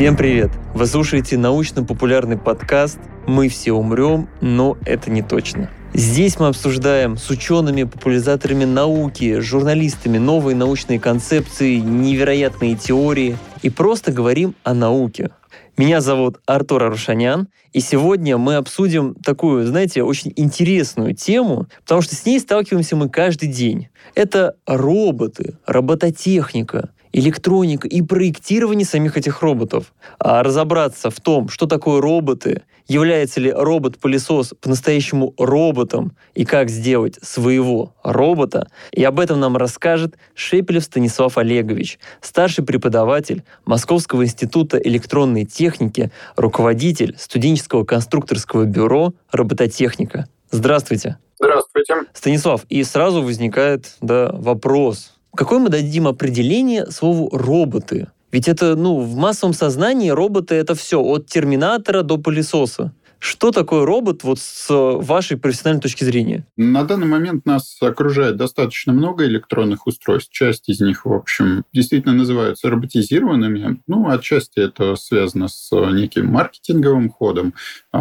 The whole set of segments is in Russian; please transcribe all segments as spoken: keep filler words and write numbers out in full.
Всем привет! Вы слушаете научно-популярный подкаст «Мы все умрем, но это не точно». Здесь мы обсуждаем с учеными, популяризаторами науки, журналистами новые научные концепции, невероятные теории и просто говорим о науке. Меня зовут Артур Арушанян, и сегодня мы обсудим такую, знаете, очень интересную тему, потому что с ней сталкиваемся мы каждый день. Это роботы, робототехника, электроника и проектирование самих этих роботов. А разобраться в том, что такое роботы, является ли робот-пылесос по-настоящему роботом и как сделать своего робота, и об этом нам расскажет Шепелев Станислав Олегович, старший преподаватель Московского института электронной техники, руководитель студенческого конструкторского бюро «Робототехника». Здравствуйте. Здравствуйте. Станислав, и сразу возникает да, вопрос. Какое мы дадим определение слову «роботы»? Ведь это, ну, в массовом сознании роботы — это все, от терминатора до пылесоса. Что такое робот вот с вашей профессиональной точки зрения? На данный момент нас окружает достаточно много электронных устройств. Часть из них, в общем, действительно называются роботизированными. Ну, отчасти это связано с неким маркетинговым ходом,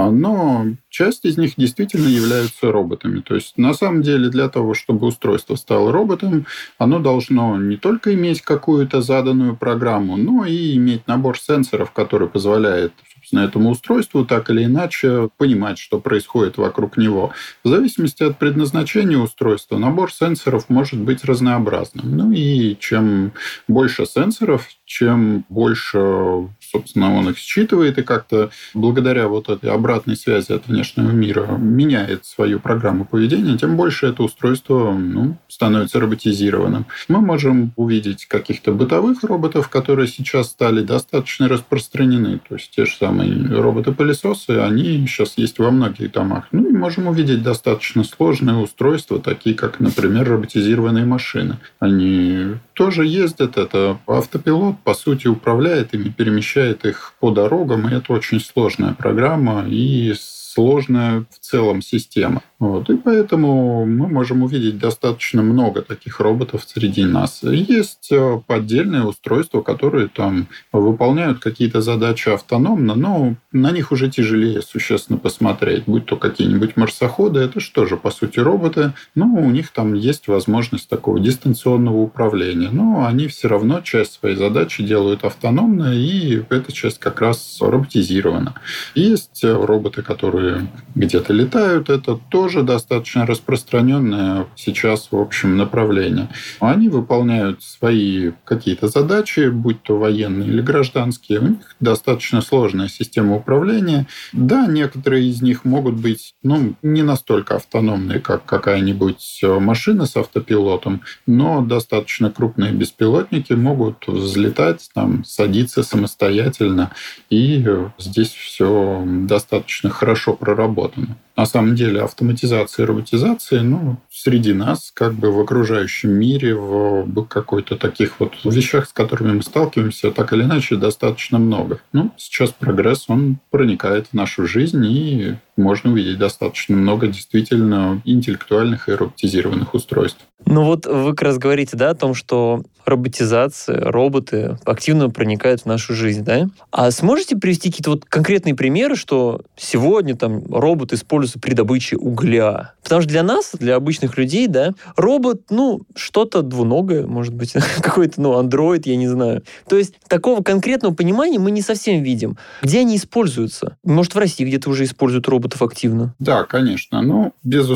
но часть из них действительно являются роботами. То есть, на самом деле, для того, чтобы устройство стало роботом, оно должно не только иметь какую-то заданную программу, но и иметь набор сенсоров, который позволяет этому устройству так или иначе понимать, что происходит вокруг него. В зависимости от предназначения устройства набор сенсоров может быть разнообразным. Ну и чем больше сенсоров, чем больше, собственно, он их считывает и как-то благодаря вот этой обратной связи от внешнего мира меняет свою программу поведения, тем больше это устройство ну, становится роботизированным. Мы можем увидеть каких-то бытовых роботов, которые сейчас стали достаточно распространены. То есть те же самые роботы-пылесосы, они сейчас есть во многих домах. Ну и можем увидеть достаточно сложные устройства, такие как, например, роботизированные машины. Они тоже ездят, это автопилот, по сути, управляет ими, перемещает их по дорогам, и это очень сложная программа и сложная в целом система. Вот. И поэтому мы можем увидеть достаточно много таких роботов среди нас. Есть поддельные устройства, которые там выполняют какие-то задачи автономно, но на них уже тяжелее существенно посмотреть. Будь то какие-нибудь марсоходы, это же тоже, по сути, роботы, но у них там есть возможность такого дистанционного управления. Но они все равно часть своей задачи делают автономно, и эта часть как раз роботизирована. Есть роботы, которые где-то летают, это тоже достаточно распространенное сейчас, в общем, направление. Они выполняют свои какие-то задачи, будь то военные или гражданские. У них достаточно сложная система управления. Да, некоторые из них могут быть ну, не настолько автономные, как какая-нибудь машина с автопилотом, но достаточно крупные беспилотники могут взлетать, там, садиться самостоятельно. И здесь все достаточно хорошо проработано. На самом деле автоматизация и роботизация ну, среди нас, как бы в окружающем мире, в какой-то таких вот вещах, с которыми мы сталкиваемся, так или иначе, достаточно много. Ну, сейчас прогресс, он проникает в нашу жизнь, и можно увидеть достаточно много действительно интеллектуальных и роботизированных устройств. Ну вот вы как раз говорите, да, о том, что роботизация, роботы активно проникают в нашу жизнь, да? А сможете привести какие-то вот конкретные примеры, что сегодня там робот используется при добыче угля? Потому что для нас, для обычных людей, да, робот, ну, что-то двуногое, может быть, какой-то, ну, андроид, я не знаю. То есть такого конкретного понимания мы не совсем видим. Где они используются? Может, в России где-то уже используют роботов активно? Да, конечно. Ну,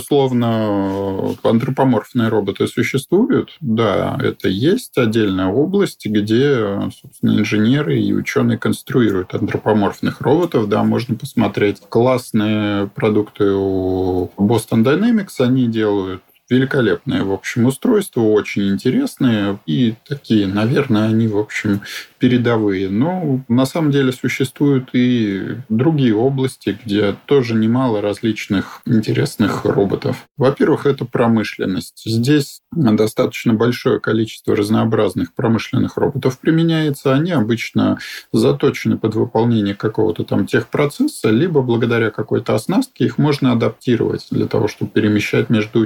безусловно, антропоморфные роботы существуют. Да, это есть отдельная область, где, собственно, инженеры и ученые конструируют антропоморфных роботов. Да, можно посмотреть классные продукты у Boston Dynamics. Они делают великолепные, в общем, устройства, очень интересные и такие, наверное, они, в общем, передовые. Но на самом деле существуют и другие области, где тоже немало различных интересных роботов. Во-первых, это промышленность. Здесь достаточно большое количество разнообразных промышленных роботов применяется. Они обычно заточены под выполнение какого-то там техпроцесса, либо благодаря какой-то оснастке их можно адаптировать для того, чтобы перемещать между участками.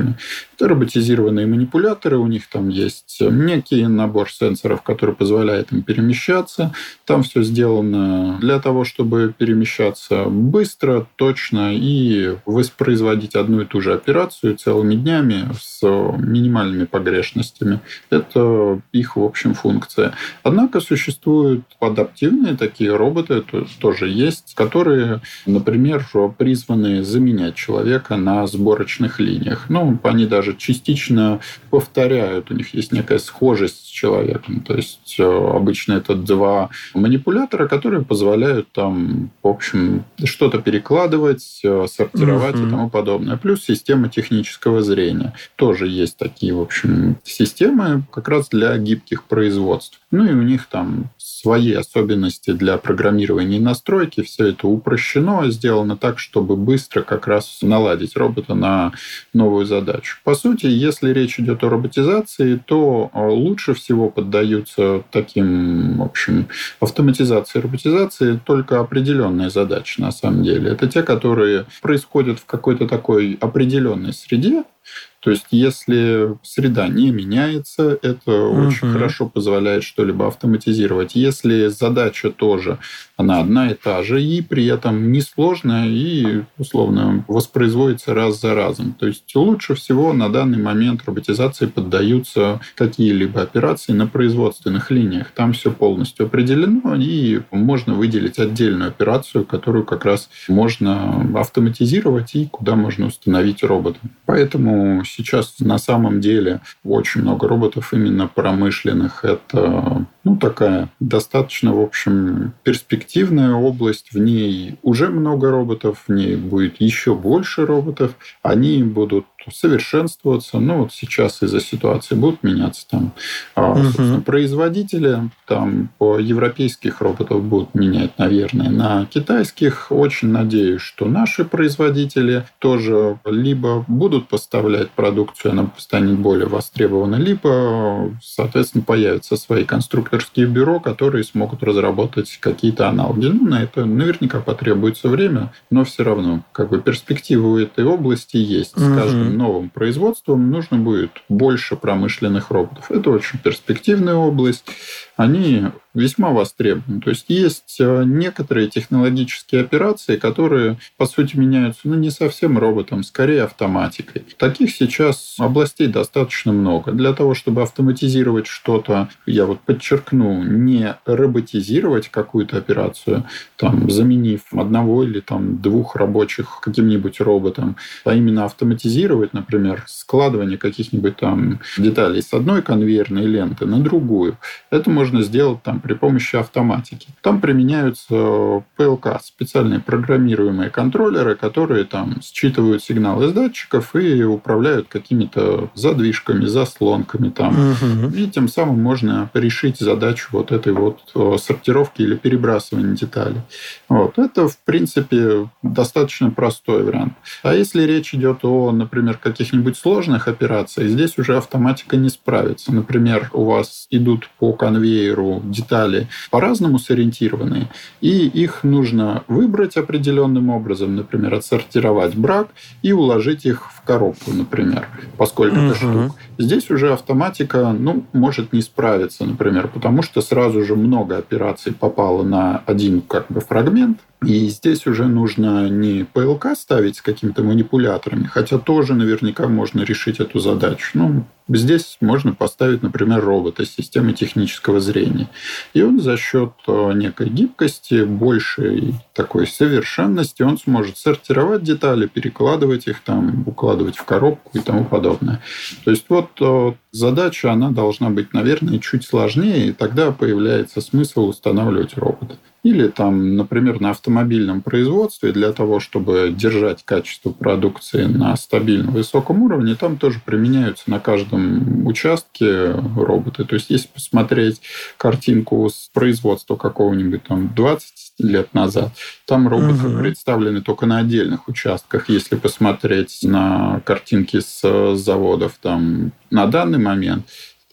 сенсорами. Это роботизированные манипуляторы, у них там есть некий набор сенсоров, который позволяет им перемещаться. Там все сделано для того, чтобы перемещаться быстро, точно и воспроизводить одну и ту же операцию целыми днями с минимальными погрешностями. Это их, в общем, функция. Однако существуют адаптивные такие роботы, то тоже есть, которые, например, призваны заменять человека на сборочных линиях. Ну, они даже частично повторяют, у них есть некая схожесть с человеком. То есть обычно это два манипулятора, которые позволяют там, в общем, что-то перекладывать, сортировать mm-hmm. и тому подобное. Плюс система технического зрения. Тоже есть такие, в общем, системы как раз для гибких производств. Ну и у них там свои особенности для программирования и настройки. Все это упрощено, сделано так, чтобы быстро как раз наладить робота на новую задачу. По сути, если речь идет о роботизации, то лучше всего поддаются таким, в общем, автоматизации и роботизации только определенные задачи на самом деле. Это те, которые происходят в какой-то такой определенной среде. То есть, если среда не меняется, это uh-huh. очень хорошо позволяет что-либо автоматизировать. Если задача тоже, она одна и та же, и при этом несложная, и, условно, воспроизводится раз за разом. То есть, лучше всего на данный момент роботизации поддаются какие-либо операции на производственных линиях. Там все полностью определено, и можно выделить отдельную операцию, которую как раз можно автоматизировать, и куда можно установить робота. Поэтому сейчас на самом деле очень много роботов именно промышленных. Это ну, такая достаточно, в общем, перспективная область. В ней уже много роботов, в ней будет еще больше роботов. Они будут совершенствоваться. Ну, вот сейчас из-за ситуации будут меняться там uh-huh. производители. Там по европейских роботов будут менять, наверное, на китайских. Очень надеюсь, что наши производители тоже либо будут поставлять продукцию, она станет более востребована, либо, соответственно, появятся свои конструкторские бюро, которые смогут разработать какие-то аналоги. Ну, на это наверняка потребуется время, но все равно как бы перспективы у этой области есть. Uh-huh. С каждым новым производством нужно будет больше промышленных роботов. Это очень перспективная область. Они весьма востребованы. То есть, есть некоторые технологические операции, которые, по сути, меняются ну, не совсем роботом, скорее автоматикой. Таких сейчас областей достаточно много. Для того, чтобы автоматизировать что-то, я вот подчеркну, не роботизировать какую-то операцию, там, заменив одного или там, двух рабочих каким-нибудь роботом, а именно автоматизировать, например, складывание каких-нибудь там деталей с одной конвейерной ленты на другую. Это можно сделать там при помощи автоматики. Там применяются пэ эл ка, специальные программируемые контроллеры, которые там считывают сигналы из датчиков и управляют какими-то задвижками, заслонками там. Uh-huh. И тем самым можно решить задачу вот этой вот сортировки или перебрасывания деталей. Вот. Это, в принципе, достаточно простой вариант. А если речь идет о, например, каких-нибудь сложных операциях, здесь уже автоматика не справится. Например, у вас идут по конвейеру детали по-разному сориентированные, и их нужно выбрать определенным образом, например, отсортировать брак и уложить их в коробку, например, по сколько-то uh-huh. штук. Здесь уже автоматика ну, может не справиться, например, потому что сразу же много операций попало на один как бы фрагмент, и здесь уже нужно не пэ эл ка ставить с какими-то манипуляторами, хотя тоже наверняка можно решить эту задачу. Ну, здесь можно поставить, например, робота с системой технического зрения. И он за счет некой гибкости, большей такой совершенности, он сможет сортировать детали, перекладывать их, там, укладывать в коробку и тому подобное. То есть вот задача, она должна быть, наверное, чуть сложнее, и тогда появляется смысл устанавливать робота. Или, там, например, на автомобильном производстве для того, чтобы держать качество продукции на стабильном высоком уровне, там тоже применяются на каждом участке роботы. То есть, если посмотреть картинку с производства какого-нибудь там двадцать лет назад, там роботы угу. представлены только на отдельных участках. Если посмотреть на картинки с заводов там, на данный момент,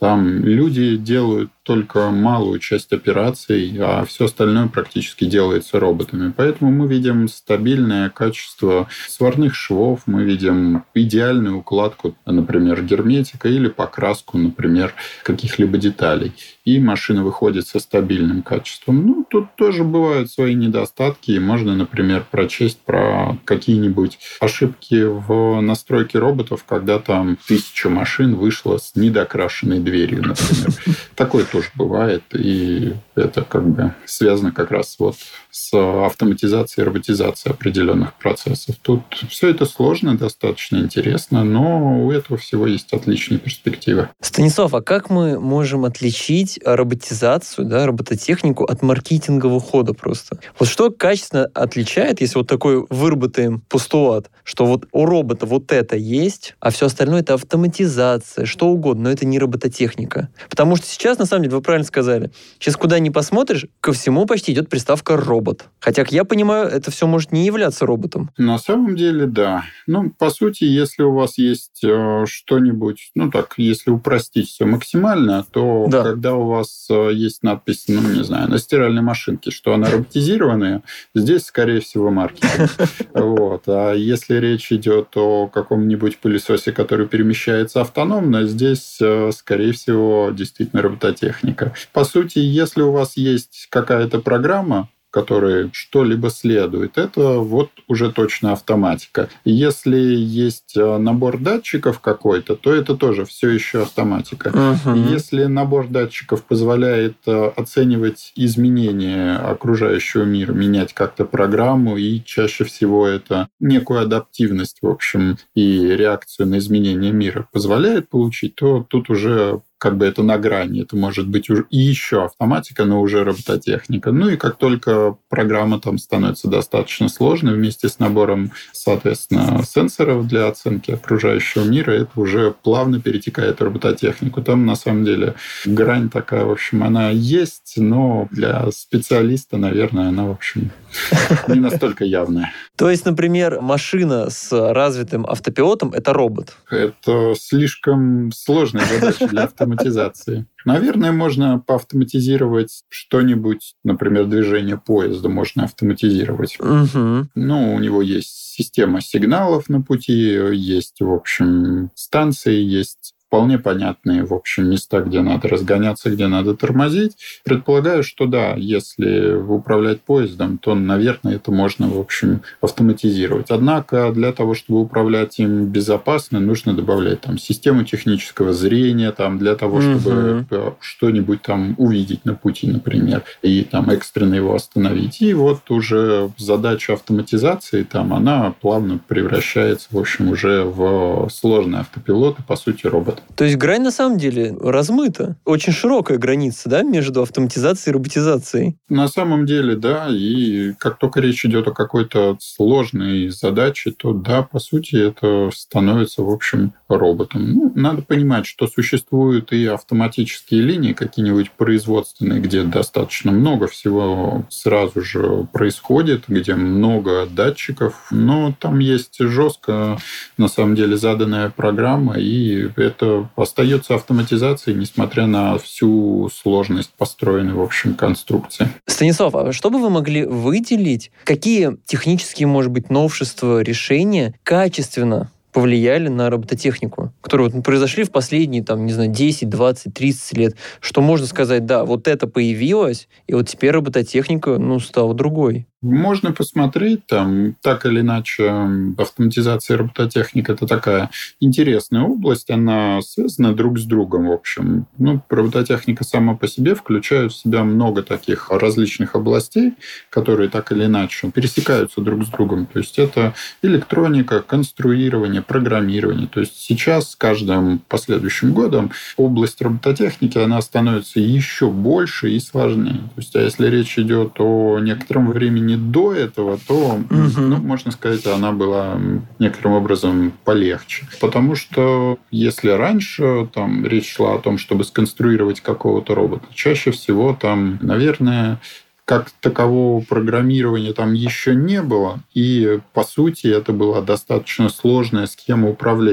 Там люди делают только малую часть операций, а все остальное практически делается роботами. Поэтому мы видим стабильное качество сварных швов, мы видим идеальную укладку, например, герметика или покраску, например, каких-либо деталей. И машина выходит со стабильным качеством. Ну, тут тоже бывают свои недостатки. И можно, например, прочесть про какие-нибудь ошибки в настройке роботов, когда там тысяча машин вышло с недокрашенной дверью, например. Такое тоже бывает, и это как бы связано как раз вот с автоматизацией и роботизацией определенных процессов. Тут все это сложно, достаточно интересно, но у этого всего есть отличные перспективы. Станислав, а как мы можем отличить роботизацию, да, робототехнику от маркетингового хода просто? Вот что качественно отличает, если вот такой выработаем постулат, что вот у робота вот это есть, а все остальное это автоматизация, что угодно, но это не робототехника. Потому что сейчас, на самом деле, вы правильно сказали, сейчас куда ни посмотришь, ко всему почти идет приставка «робот». Хотя, как я понимаю, это все может не являться роботом. На самом деле, да. Ну, по сути, если у вас есть э, что-нибудь, ну так, если упростить все максимально, то да. Когда у вас э, есть надпись, ну, не знаю, на стиральной машинке, что она роботизированная, здесь, скорее всего, маркетинг. Вот. А если речь идет о каком-нибудь пылесосе, который перемещается автономно, здесь, э, скорее всего, действительно робототехника. По сути, если у вас есть какая-то программа, которой что-либо следует, это вот уже точно автоматика. Если есть набор датчиков какой-то, то это тоже все еще автоматика. Uh-huh. Если набор датчиков позволяет оценивать изменения окружающего мира, менять как-то программу, и чаще всего это некую адаптивность, в общем, и реакцию на изменения мира позволяет получить, то тут уже как бы это на грани. Это может быть и еще автоматика, но уже робототехника. Ну и как только программа там становится достаточно сложной, вместе с набором, соответственно, сенсоров для оценки окружающего мира, это уже плавно перетекает в робототехнику. Там, на самом деле, грань такая, в общем, она есть, но для специалиста, наверное, она, в общем, не настолько явная. То есть, например, машина с развитым автопилотом – это робот? Это слишком сложная задача для автоматизации. Наверное, можно поавтоматизировать что-нибудь, например, движение поезда можно автоматизировать. Угу. Ну, у него есть система сигналов на пути, есть, в общем, станции, есть вполне понятные, в общем, места, где надо разгоняться, где надо тормозить. Предполагаю, что да, если управлять поездом, то, наверное, это можно, в общем, автоматизировать. Однако для того, чтобы управлять им безопасно, нужно добавлять там систему технического зрения, там, для того, чтобы uh-huh. что-нибудь там увидеть на пути, например, и там экстренно его остановить. И вот уже задача автоматизации, там, она плавно превращается, в общем, уже в сложный автопилот и, по сути, робот. То есть грань на самом деле размыта. Очень широкая граница, да, между автоматизацией и роботизацией. На самом деле, да. И как только речь идет о какой-то сложной задаче, то да, по сути, это становится, в общем, роботом. Ну, надо понимать, что существуют и автоматические линии, какие-нибудь производственные, где достаточно много всего сразу же происходит, где много датчиков. Но там есть жестко, на самом деле, заданная программа, и это остается автоматизацией, несмотря на всю сложность построенной, в общем, конструкции. Станислав, а что бы вы могли выделить? Какие технические, может быть, новшества, решения качественно повлияли на робототехнику, которые вот произошли в последние, там, не знаю, десять, двадцать, тридцать лет, что можно сказать, да, вот это появилось, и вот теперь робототехника, ну, стала другой? Можно посмотреть, там, так или иначе, автоматизация и робототехника – это такая интересная область, она связана друг с другом, в общем. Ну, робототехника сама по себе включает в себя много таких различных областей, которые так или иначе пересекаются друг с другом. То есть это электроника, конструирование, программирование. То есть сейчас с каждым последующим годом область робототехники, она становится еще больше и сложнее. То есть, а если речь идет о некотором времени до этого, то, uh-huh. ну, можно сказать, она была некоторым образом полегче. Потому что если раньше там речь шла о том, чтобы сконструировать какого-то робота, чаще всего там, наверное, как такового программирования там еще не было, и, по сути, это была достаточно сложная схема управления.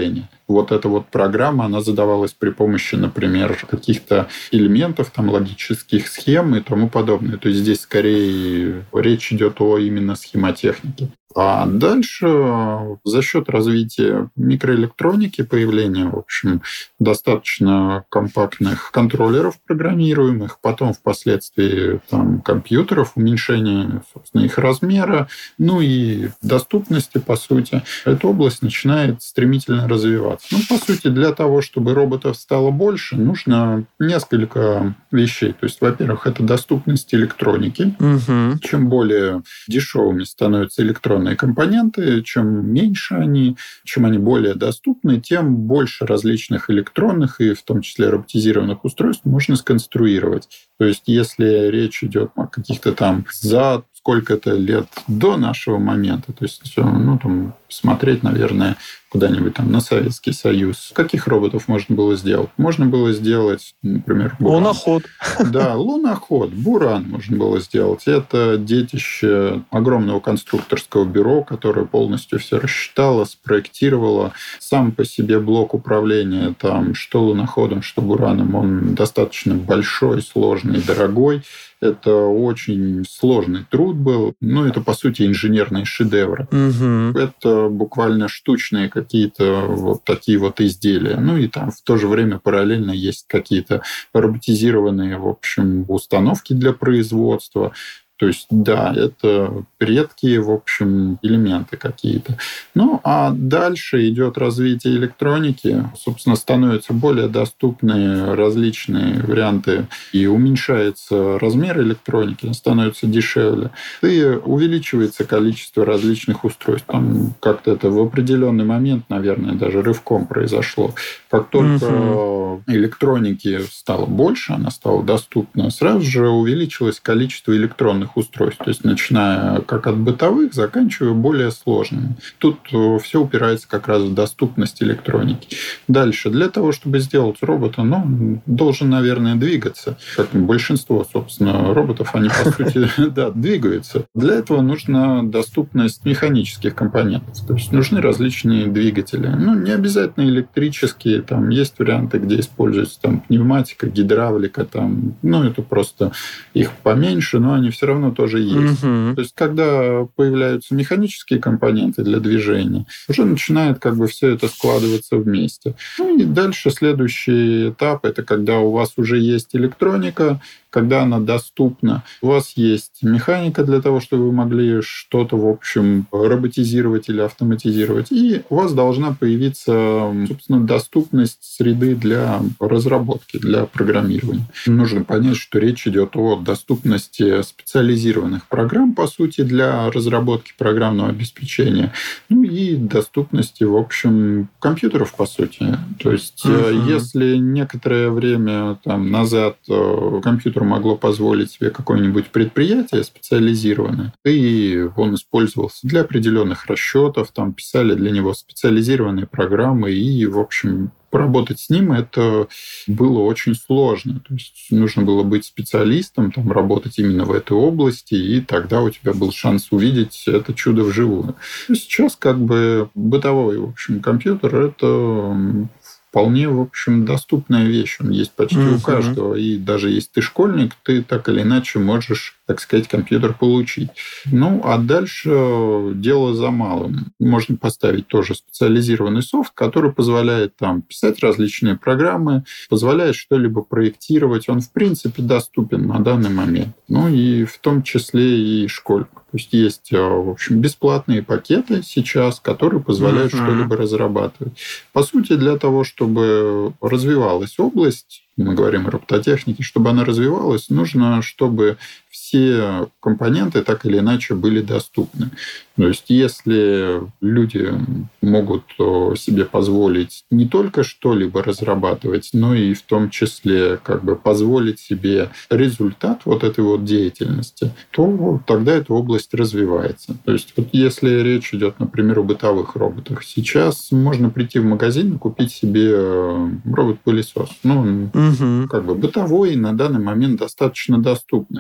вот эта вот программа, она задавалась при помощи, например, каких-то элементов, там, логических схем и тому подобное. То есть здесь скорее речь идет о именно схемотехнике. А дальше за счет развития микроэлектроники, появления, в общем, достаточно компактных контроллеров программируемых, потом впоследствии там, компьютеров, уменьшение, собственно, их размера, ну и доступности, по сути, эта область начинает стремительно развиваться. Ну, по сути, для того, чтобы роботов стало больше, нужно несколько вещей. То есть, во-первых, это доступность электроники. Угу. Чем более дешевыми становятся электронные компоненты, чем меньше они, чем они более доступны, тем больше различных электронных и в том числе роботизированных устройств можно сконструировать. То есть, если речь идет о каких-то там за сколько-то лет до нашего момента, то есть, ну, там, смотреть, наверное, куда-нибудь там на Советский Союз. Каких роботов можно было сделать? Можно было сделать, например, Буран. Луноход. Да, луноход, Буран можно было сделать. Это детище огромного конструкторского бюро, которое полностью все рассчитало, спроектировало. Сам по себе блок управления, там, что луноходом, что Бураном, он достаточно большой, сложный, дорогой. Это очень сложный труд был. Ну, это, по сути, инженерные шедевры. Угу. Это буквально штучные какие-то вот такие вот изделия. Ну, и там в то же время параллельно есть какие-то роботизированные, в общем, установки для производства. То есть, да, это редкие, в общем, элементы какие-то. Ну, а дальше идет развитие электроники. Собственно, становятся более доступны различные варианты, и уменьшается размер электроники, становится дешевле. И увеличивается количество различных устройств. Там как-то это в определенный момент, наверное, даже рывком произошло. Как только угу. электроники стало больше, она стала доступна, сразу же увеличилось количество электронных устройств, то есть начиная как от бытовых, заканчивая более сложными. Тут все упирается как раз в доступность электроники. Дальше, для того, чтобы сделать робота, ну, он должен, наверное, двигаться. Как большинство, собственно, роботов, они, по сути, да, двигаются. Для этого нужна доступность механических компонентов, то есть нужны различные двигатели. Ну, не обязательно электрические, там есть варианты, где используется там пневматика, гидравлика, там, ну, это просто их поменьше, но они все равно тоже есть. Угу. То есть, когда появляются механические компоненты для движения, уже начинает как бы все это складываться вместе. Ну и дальше следующий этап – это когда у вас уже есть электроника, когда она доступна. У вас есть механика для того, чтобы вы могли что-то, в общем, роботизировать или автоматизировать. И у вас должна появиться, собственно, доступность среды для разработки, для программирования. Нужно понять, что речь идет о доступности специализированных программ, по сути, для разработки программного обеспечения. Ну и доступности, в общем, компьютеров, по сути. То есть, uh-huh. если некоторое время там, назад компьютер могло позволить себе какое-нибудь предприятие специализированное, и он использовался для определенных расчетов, там писали для него специализированные программы, и, в общем, поработать с ним это было очень сложно. То есть нужно было быть специалистом, там, работать именно в этой области, и тогда у тебя был шанс увидеть это чудо вживую. Сейчас как бы бытовой, в общем, компьютер – это вполне, в общем, доступная вещь. Он есть почти uh-huh. у каждого. И даже если ты школьник, ты так или иначе можешь, так сказать, компьютер получить. Ну, а дальше дело за малым. Можно поставить тоже специализированный софт, который позволяет там писать различные программы, позволяет что-либо проектировать. Он, в принципе, доступен на данный момент. Ну, и в том числе и школьникам. То есть есть, в общем, бесплатные пакеты сейчас, которые позволяют uh-huh. что-либо разрабатывать. По сути, для того, чтобы развивалась область, мы говорим о робототехнике, чтобы она развивалась, нужно, чтобы все компоненты так или иначе были доступны. То есть если люди могут себе позволить не только что-либо разрабатывать, но и в том числе как бы позволить себе результат вот этой вот деятельности, то тогда эта область развивается. То есть вот если речь идет, например, о бытовых роботах, сейчас можно прийти в магазин и купить себе робот-пылесос. Ну, угу. как бы бытовой, на данный момент достаточно доступный.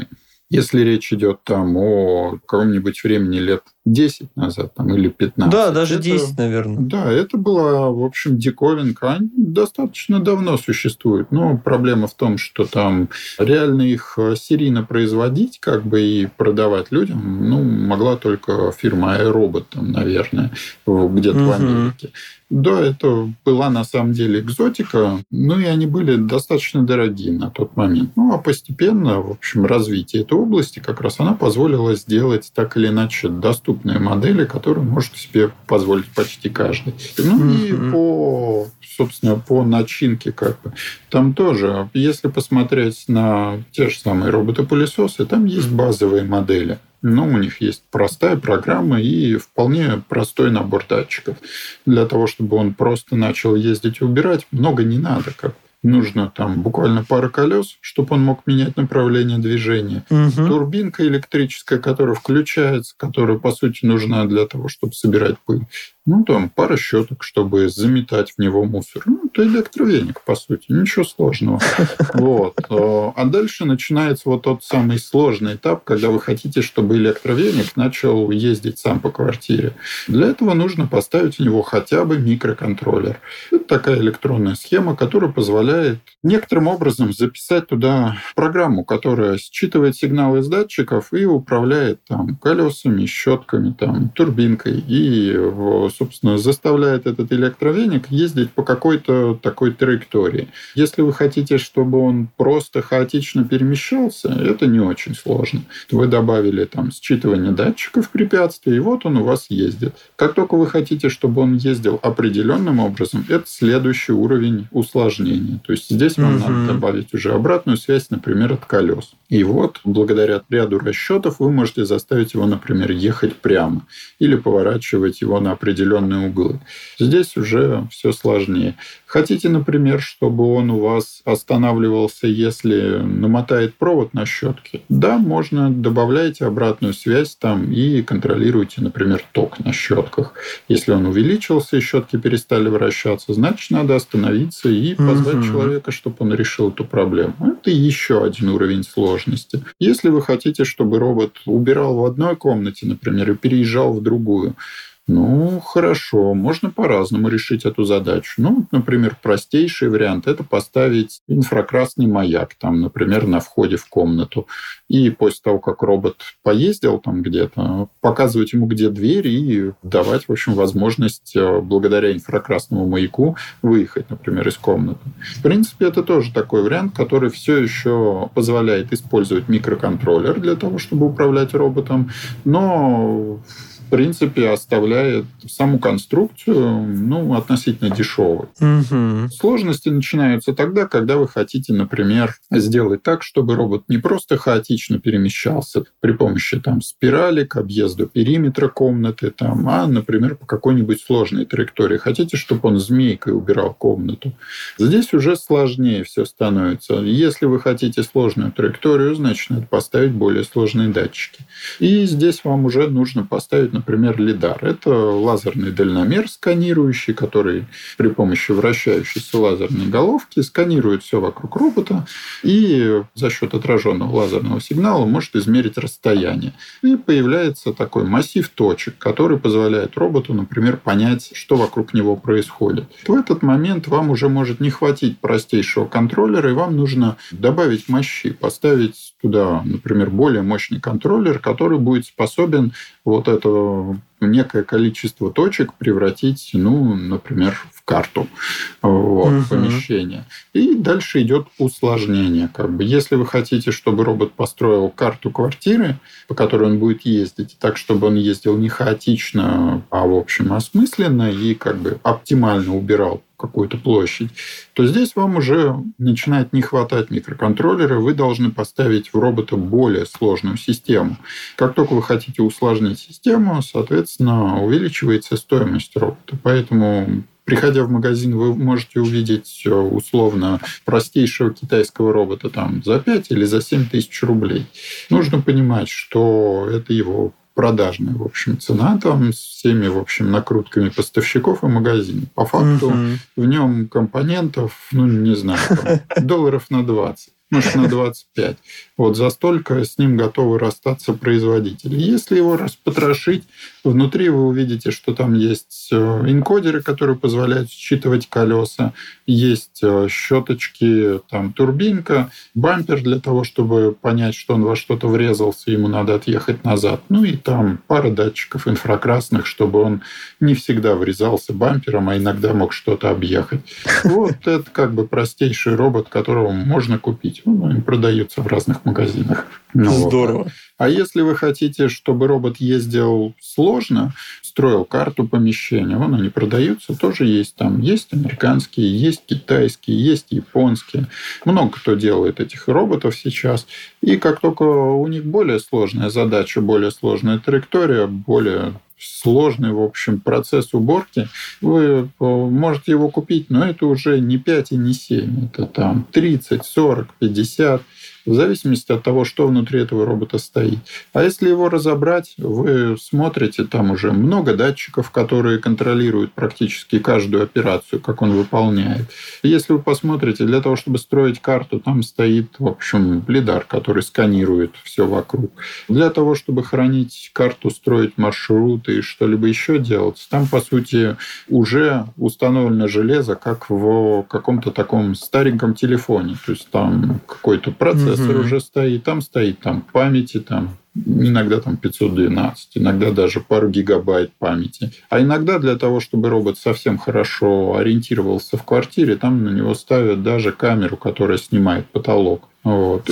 Если речь идет там о каком-нибудь времени лет десять назад там, или пятнадцать. Да, даже это, десять, наверное. Да, это была, в общем, диковинка. Они достаточно давно существуют. Но проблема в том, что там реально их серийно производить как бы и продавать людям ну, могла только фирма iRobot, там, наверное, где-то угу. в Америке. Да, это была на самом деле экзотика, ну и они были достаточно дорогие на тот момент. Ну а постепенно, в общем, развитие этой области как раз она позволила сделать так или иначе доступные модели, которые может себе позволить почти каждый. Ну mm-hmm. и по, собственно, по начинке как бы. Там тоже, если посмотреть на те же самые роботы-пылесосы, там есть базовые модели. Но у них есть простая программа и вполне простой набор датчиков. Для того, чтобы он просто начал ездить и убирать, много не надо. Как нужно там буквально пара колес, чтобы он мог менять направление движения. Угу. Турбинка электрическая, которая включается, которая, по сути, нужна для того, чтобы собирать пыль. Ну, там, пара щеток, чтобы заметать в него мусор. Ну, это электровеник, по сути. Ничего сложного. Вот. А дальше начинается вот тот самый сложный этап, когда вы хотите, чтобы электровеник начал ездить сам по квартире. Для этого нужно поставить в него хотя бы микроконтроллер. Это такая электронная схема, которая позволяет некоторым образом записать туда программу, которая считывает сигналы из датчиков и управляет там колесами, щетками, там, турбинкой и собственно, заставляет этот электровеник ездить по какой-то такой траектории. Если вы хотите, чтобы он просто хаотично перемещался, это не очень сложно. Вы добавили там считывание датчиков препятствий, и вот он у вас ездит. Как только вы хотите, чтобы он ездил определенным образом, это следующий уровень усложнения. То есть здесь вам mm-hmm. надо добавить уже обратную связь, например, от колес. И вот, благодаря ряду расчетов, вы можете заставить его, например, ехать прямо или поворачивать его на определенные углы. Здесь уже все сложнее. Хотите, например, чтобы он у вас останавливался, если намотает провод на щетке? Да, можно. Добавляйте обратную связь там и контролируйте, например, ток на щетках. Если он увеличился и щетки перестали вращаться, значит, надо остановиться и позвать mm-hmm. человека, чтобы он решил эту проблему. Это еще один уровень сложности. Если вы хотите, чтобы робот убирал в одной комнате, например, и переезжал в другую, ну, хорошо, можно по-разному решить эту задачу. Ну, например, простейший вариант – это поставить инфракрасный маяк, там, например, на входе в комнату. И после того, как робот поездил там где-то, показывать ему, где дверь, и давать, в общем, возможность благодаря инфракрасному маяку выехать, например, из комнаты. В принципе, это тоже такой вариант, который все еще позволяет использовать микроконтроллер для того, чтобы управлять роботом, но в принципе, оставляет саму конструкцию ну, относительно дешевой. Угу. Сложности начинаются тогда, когда вы хотите, например, сделать так, чтобы робот не просто хаотично перемещался при помощи там, спирали к объезду периметра комнаты, там, а, например, по какой-нибудь сложной траектории. Хотите, чтобы он змейкой убирал комнату. Здесь уже сложнее все становится. Если вы хотите сложную траекторию, значит, надо поставить более сложные датчики. И здесь вам уже нужно поставить, например, лидар. Это лазерный дальномер сканирующий, который при помощи вращающейся лазерной головки сканирует все вокруг робота и за счет отраженного лазерного сигнала может измерить расстояние. И появляется такой массив точек, который позволяет роботу, например, понять, что вокруг него происходит. В этот момент вам уже может не хватить простейшего контроллера, и вам нужно добавить мощи, поставить туда, например, более мощный контроллер, который будет способен вот это некое количество точек превратить, ну, например, в карту вот, uh-huh. помещения. И дальше идет усложнение. Как бы. Если вы хотите, чтобы робот построил карту квартиры, по которой он будет ездить, так, чтобы он ездил не хаотично, а, в общем, осмысленно и как бы оптимально убирал какую-то площадь, то здесь вам уже начинает не хватать микроконтроллера, вы должны поставить в робота более сложную систему. Как только вы хотите усложнить систему, соответственно, увеличивается стоимость робота. Поэтому, приходя в магазин, вы можете увидеть условно простейшего китайского робота там, за пять или за семь тысяч рублей. Нужно понимать, что это его продажная, в общем, цена там с всеми, в общем, накрутками поставщиков и магазинов. По факту uh-huh. в нем компонентов, ну, не знаю, там, долларов на двадцать. может, на двадцать пять. Вот за столько с ним готовы расстаться производители. Если его распотрошить, внутри вы увидите, что там есть энкодеры, которые позволяют считывать колеса, есть щеточки, там турбинка, бампер для того, чтобы понять, что он во что-то врезался, ему надо отъехать назад. Ну и там пара датчиков инфракрасных, чтобы он не всегда врезался бампером, а иногда мог что-то объехать. Вот это как бы простейший робот, которого можно купить. Он продается в разных магазинах. Здорово. Вот. А если вы хотите, чтобы робот ездил сложно, строил карту помещения, вон они продаются, тоже есть там. Есть американские, есть китайские, есть японские. Много кто делает этих роботов сейчас. И как только у них более сложная задача, более сложная траектория, более сложный, в общем, процесс уборки, вы можете его купить, но это уже не пять и не семь. Это там тридцать, сорок, пятьдесят. В зависимости от того, что внутри этого робота стоит. А если его разобрать, вы смотрите, там уже много датчиков, которые контролируют практически каждую операцию, как он выполняет. Если вы посмотрите, для того, чтобы строить карту, там стоит, в общем, лидар, который сканирует все вокруг. Для того, чтобы хранить карту, строить маршруты и что-либо еще делать, там, по сути, уже установлено железо, как в каком-то таком стареньком телефоне. То есть там какой-то процесс mm-hmm. уже стоит, там стоит там памяти, там иногда там пятьсот двенадцать, иногда даже пару гигабайт памяти. А иногда для того, чтобы робот совсем хорошо ориентировался в квартире, там на него ставят даже камеру, которая снимает потолок. Вот.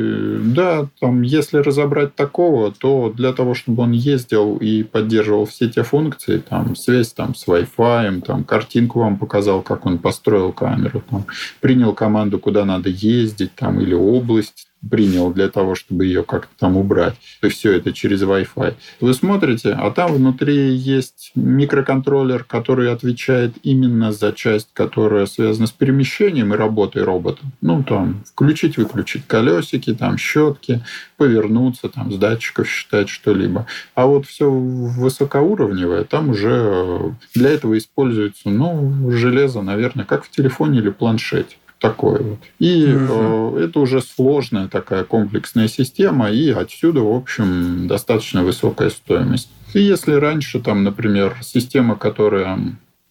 И да, там, если разобрать такого, то для того, чтобы он ездил и поддерживал все те функции, там, связь там, с Wi-Fi, там, картинку вам показал, как он построил камеру, там, принял команду, куда надо ездить, там, или область принял для того, чтобы ее как-то там убрать. И все это через Wi-Fi. Вы смотрите, а там внутри есть микроконтроллер, который отвечает именно за часть, которая связана с перемещением и работой робота. Ну, там, включить-выключить колесики, там, щетки, повернуться, там, с датчиков считать что-либо. А вот все высокоуровневое, там уже для этого используется, ну, железо, наверное, как в телефоне или планшете. Такое вот. И mm-hmm. э, это уже сложная такая комплексная система, и отсюда, в общем, достаточно высокая стоимость. И если раньше, там, например, система, которая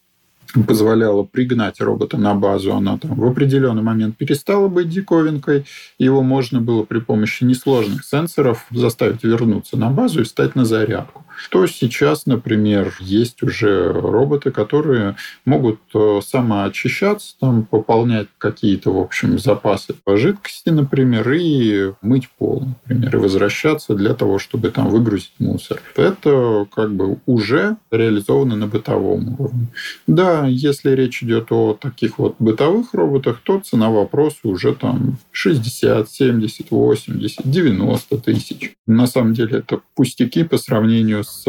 позволяла пригнать робота на базу, она там в определенный момент перестала быть диковинкой, его можно было при помощи несложных сенсоров заставить вернуться на базу и встать на зарядку. То сейчас, например, есть уже роботы, которые могут самоочищаться, там, пополнять какие-то, в общем, запасы жидкости, например, и мыть пол, например, и возвращаться для того, чтобы там выгрузить мусор. Это как бы уже реализовано на бытовом уровне. Да, если речь идет о таких вот бытовых роботах, то цена вопроса уже там шестьдесят, семьдесят, восемьдесят, девяносто тысяч. На самом деле это пустяки по сравнению с...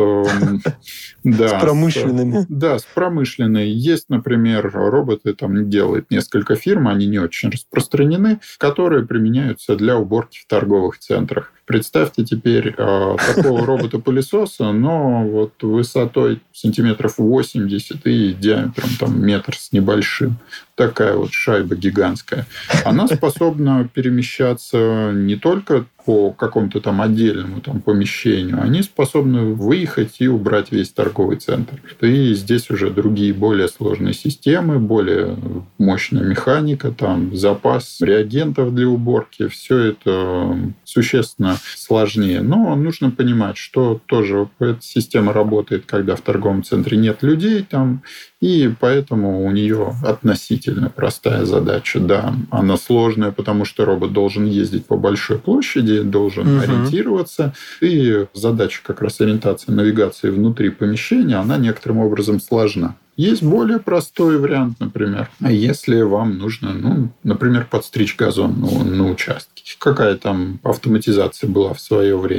Да, с промышленными. С, да, с промышленной. Есть, например, роботы, там делают несколько фирм, они не очень распространены, которые применяются для уборки в торговых центрах. Представьте теперь э, такого робота-пылесоса, но вот высотой сантиметров восемьдесят и диаметром там метр с небольшим. Такая вот шайба гигантская. Она способна перемещаться не только по какому-то там отдельному там помещению, они способны выехать и убрать весь торговый центр. И здесь уже другие более сложные системы, более мощная механика, там запас реагентов для уборки. Все это существенно сложнее. Но нужно понимать, что тоже эта система работает, когда в торговом центре нет людей, там, и поэтому у нее относительно простая задача. Да, она сложная, потому что робот должен ездить по большой площади, должен угу. ориентироваться. И задача как раз ориентации, навигации внутри помещения, она некоторым образом сложна. Есть более простой вариант, например. Если вам нужно, ну, например, подстричь газон ну, на участке. Какая там автоматизация была в свое время?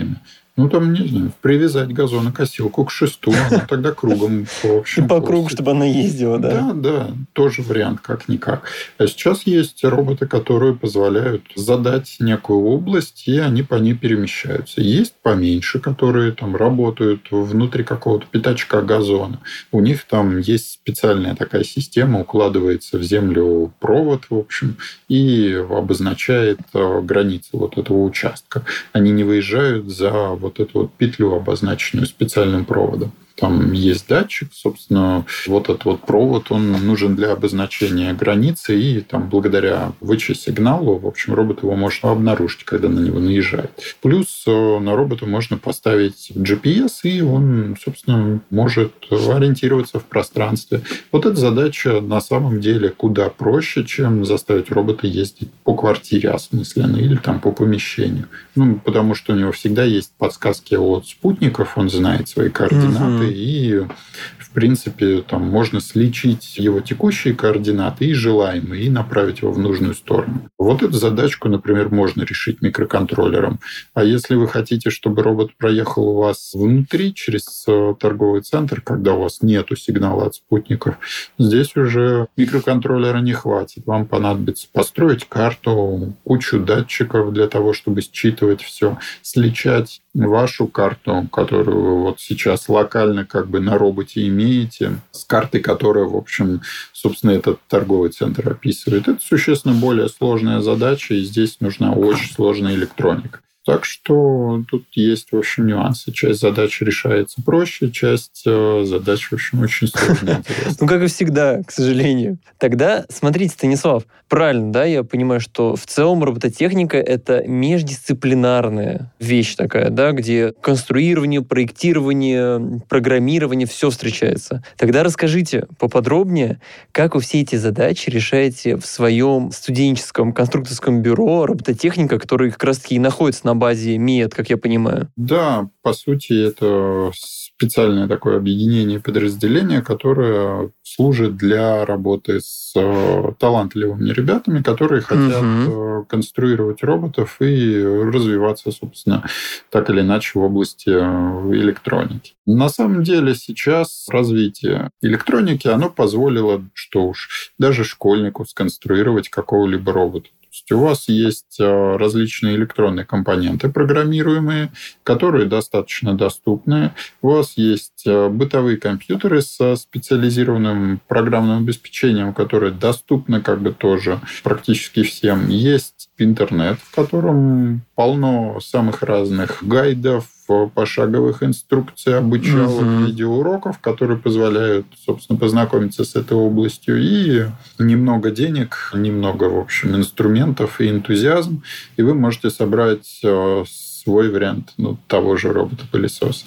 Ну, там, не знаю, привязать газонокосилку к шесту, она тогда кругом, в общем. И по кругу, чтобы она ездила, да? Да, да, тоже вариант, как-никак. А сейчас есть роботы, которые позволяют задать некую область, и они по ней перемещаются. Есть поменьше, которые там работают внутри какого-то пятачка газона. У них там есть специальная такая система, укладывается в землю провод, в общем, и обозначает границы вот этого участка. Они не выезжают за вот эту вот петлю, обозначенную специальным проводом. Там есть датчик, собственно, вот этот вот провод, он нужен для обозначения границы, и там благодаря ВЧ-сигналу, в общем, робот его может обнаружить, когда на него наезжает. Плюс на робота можно поставить джи пи эс, и он, собственно, может ориентироваться в пространстве. Вот эта задача на самом деле куда проще, чем заставить робота ездить по квартире осмысленно или там по помещению. Ну, потому что у него всегда есть подсказки от спутников, он знает свои координаты, и, в принципе, там можно сличить его текущие координаты и желаемые, и направить его в нужную сторону. Вот эту задачку, например, можно решить микроконтроллером. А если вы хотите, чтобы робот проехал у вас внутри, через торговый центр, когда у вас нету сигнала от спутников, здесь уже микроконтроллера не хватит. Вам понадобится построить карту, кучу датчиков для того, чтобы считывать все, сличать вашу карту, которую вы вот сейчас локально как бы на роботе имеете, с картой, которая, в общем, собственно, этот торговый центр описывает. Это существенно более сложная задача, и здесь нужна очень сложная электроника. Так что тут есть, в общем, нюансы. Часть задач решается проще, часть задач, в общем, очень сложная. Ну, как и всегда, к сожалению. Тогда, смотрите, Станислав, правильно, да, я понимаю, что в целом робототехника — это междисциплинарная вещь такая, да, где конструирование, проектирование, программирование, все встречается. Тогда расскажите поподробнее, как вы все эти задачи решаете в своем студенческом конструкторском бюро робототехника, который как раз-таки и находится на базе МИЭТ, как я понимаю. Да, по сути, это специальное такое объединение, подразделение, которое служит для работы с талантливыми ребятами, которые хотят угу. конструировать роботов и развиваться, собственно, так или иначе в области электроники. На самом деле сейчас развитие электроники, оно позволило, что уж, даже школьнику сконструировать какого-либо робота. То есть у вас есть различные электронные компоненты программируемые, которые достаточно доступны. У вас есть бытовые компьютеры со специализированным программным обеспечением, которое доступно как бы тоже практически всем. Есть интернет, в котором полно самых разных гайдов, пошаговых инструкций, обучалок, uh-huh. видеоуроков, которые позволяют, собственно, познакомиться с этой областью. И немного денег, немного, в общем, инструментов и энтузиазм, и вы можете собрать свой вариант ну, того же робота-пылесоса.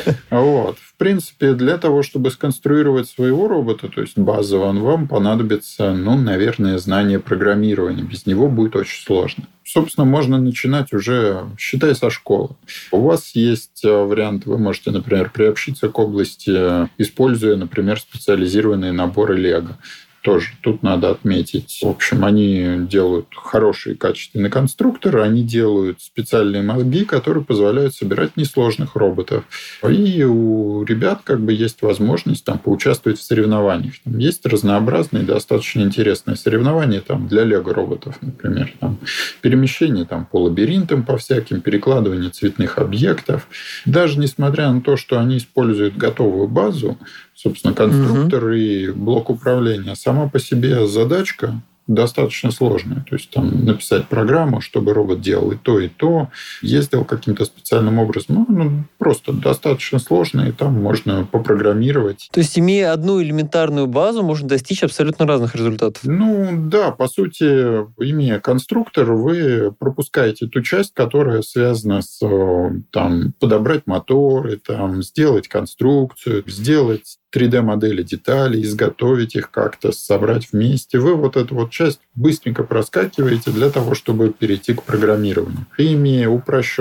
Вот. В принципе, для того, чтобы сконструировать своего робота, то есть базово, вам понадобится, ну, наверное, знание программирования. Без него будет очень сложно. Собственно, можно начинать уже, считай, со школы. У вас есть вариант, вы можете, например, приобщиться к области, используя, например, специализированные наборы Лего. Тоже тут надо отметить. В общем, они делают хороший качественный конструктор, они делают специальные мозги, которые позволяют собирать несложных роботов. И у ребят как бы есть возможность там, поучаствовать в соревнованиях. Там есть разнообразные, достаточно интересные соревнования там, для лего-роботов, например. Там, перемещение там, по лабиринтам, по всяким, перекладывание цветных объектов. Даже несмотря на то, что они используют готовую базу, собственно, конструктор угу. и блок управления, сама по себе задачка достаточно сложная. То есть там написать программу, чтобы робот делал и то, и то, ездил каким-то специальным образом. Ну, ну, просто достаточно сложно, и там можно попрограммировать. То есть, имея одну элементарную базу, можно достичь абсолютно разных результатов? Ну, да. По сути, имея конструктор, вы пропускаете ту часть, которая связана с там, подобрать моторы, там, сделать конструкцию, сделать три дэ-модели деталей, изготовить их как-то, собрать вместе. Вы вот эту вот часть быстренько проскакиваете для того, чтобы перейти к программированию. И имея упрощенную, в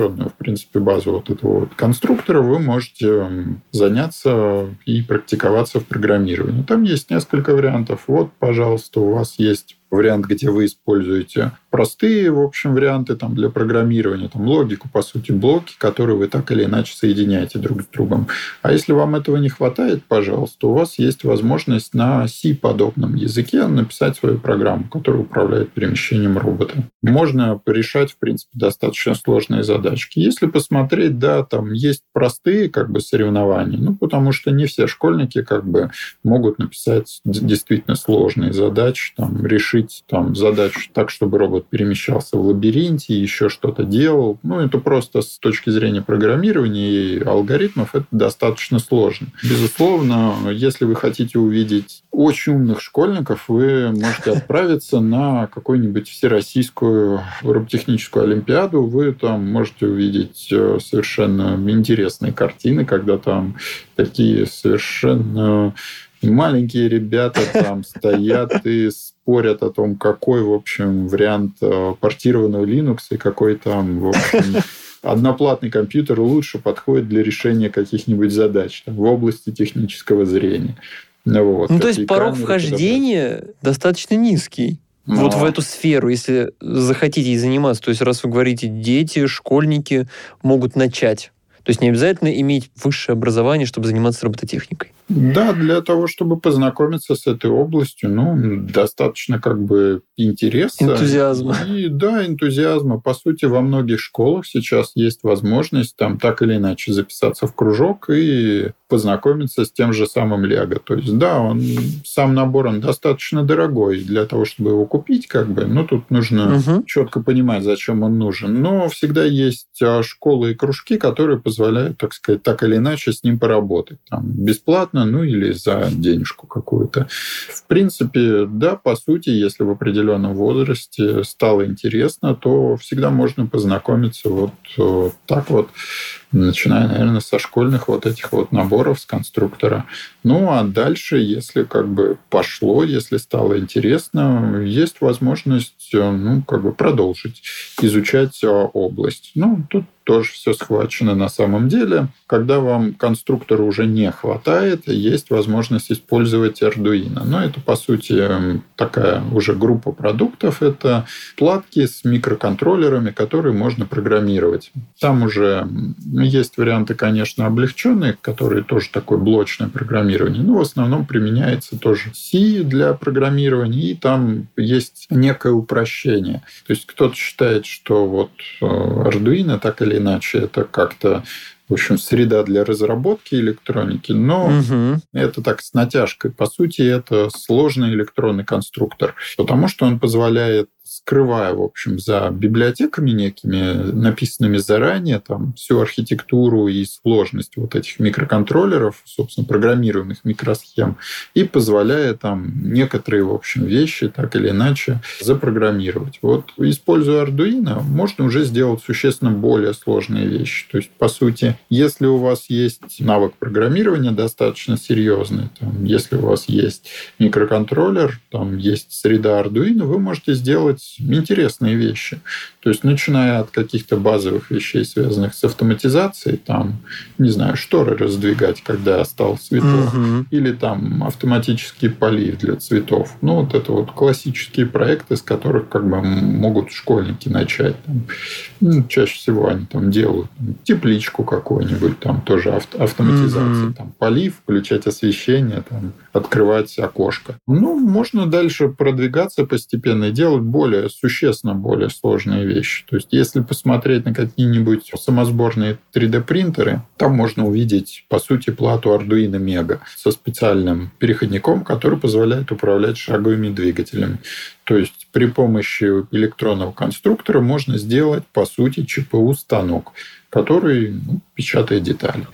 принципе, базу вот этого вот конструктора, вы можете заняться и практиковаться в программировании. Там есть несколько вариантов. Вот, пожалуйста, у вас есть вариант, где вы используете простые, в общем, варианты там, для программирования, там, логику, по сути, блоки, которые вы так или иначе соединяете друг с другом. А если вам этого не хватает, пожалуйста, у вас есть возможность на C-подобном языке написать свою программу, которая управляет перемещением робота. Можно порешать, в принципе, достаточно сложные задачки. Если посмотреть, да, там есть простые как бы соревнования, ну, потому что не все школьники как бы могут написать действительно сложные задачи, там, решить там, задачу так, чтобы робот перемещался в лабиринте, еще что-то делал. Ну, это просто с точки зрения программирования и алгоритмов это достаточно сложно. Безусловно, если вы хотите увидеть очень умных школьников, вы можете отправиться на какую-нибудь всероссийскую робототехническую олимпиаду. Вы там можете увидеть совершенно интересные картины, когда там такие совершенно маленькие ребята там стоят и спорят о том, какой, в общем, вариант портированного Linux и какой там, в общем, одноплатный компьютер лучше подходит для решения каких-нибудь задач там, в области технического зрения. Вот, ну, то есть порог вхождения подобрать. Достаточно низкий. Но... Вот в эту сферу, если захотите ей заниматься. То есть, раз вы говорите, дети, школьники могут начать. То есть не обязательно иметь высшее образование, чтобы заниматься робототехникой. Да, для того, чтобы познакомиться с этой областью, ну, достаточно как бы интереса. Энтузиазма. И, да, энтузиазма. По сути, во многих школах сейчас есть возможность там так или иначе записаться в кружок и познакомиться с тем же самым Лего. То есть, да, он, сам набор, он достаточно дорогой для того, чтобы его купить, как бы, но тут нужно угу. четко понимать, зачем он нужен. Но всегда есть школы и кружки, которые позволяют, так сказать, так или иначе с ним поработать. Там, бесплатно, ну или за денежку какую-то. В принципе, да, по сути, если в определенном возрасте стало интересно, то всегда можно познакомиться вот, вот так вот, начиная, наверное, со школьных вот этих вот наборов с конструктора. Ну, а дальше, если как бы пошло, если стало интересно, есть возможность, ну, как бы продолжить изучать область. Ну, тут тоже все схвачено на самом деле. Когда вам конструктора уже не хватает, есть возможность использовать Arduino. Но это, по сути, такая уже группа продуктов. Это платки с микроконтроллерами, которые можно программировать. Там уже есть варианты, конечно, облегченные, которые тоже такое блочное программирование. Но в основном применяется тоже C для программирования. И там есть некое упрощение. То есть кто-то считает, что вот Arduino так или иначе это как-то, в общем, среда для разработки электроники, но угу. это так с натяжкой. По сути, это сложный электронный конструктор, потому что он позволяет, скрывая, в общем, за библиотеками некими, написанными заранее, там, всю архитектуру и сложность вот этих микроконтроллеров, собственно, программируемых микросхем, и позволяя там некоторые, в общем, вещи так или иначе запрограммировать. Вот, используя Arduino, можно уже сделать существенно более сложные вещи. То есть, по сути, если у вас есть навык программирования достаточно серьезный, там, если у вас есть микроконтроллер, там есть среда Arduino, вы можете сделать интересные вещи. То есть, начиная от каких-то базовых вещей, связанных с автоматизацией, там, не знаю, шторы раздвигать, когда стало светло, угу. или там автоматический полив для цветов. Ну, вот это вот классические проекты, с которых как бы могут школьники начать. Там, ну, чаще всего они там делают там, тепличку какую-нибудь, там тоже авто- автоматизация, угу. там, полив, включать освещение, там, открывать окошко. Ну, можно дальше продвигаться постепенно и делать более существенно более сложные вещи. То есть, если посмотреть на какие-нибудь самосборные три дэ-принтеры, там можно увидеть, по сути, плату Arduino Mega со специальным переходником, который позволяет управлять шаговыми двигателями. То есть, при помощи электронного конструктора можно сделать, по сути, ЧПУ-станок, который ну, печатает детали.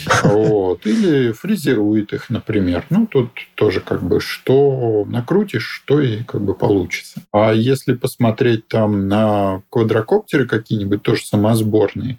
Вот. Или фрезерует их, например. Ну, тут тоже как бы что накрутишь, что и как бы получится. А если посмотреть там на квадрокоптеры какие-нибудь, тоже самосборные,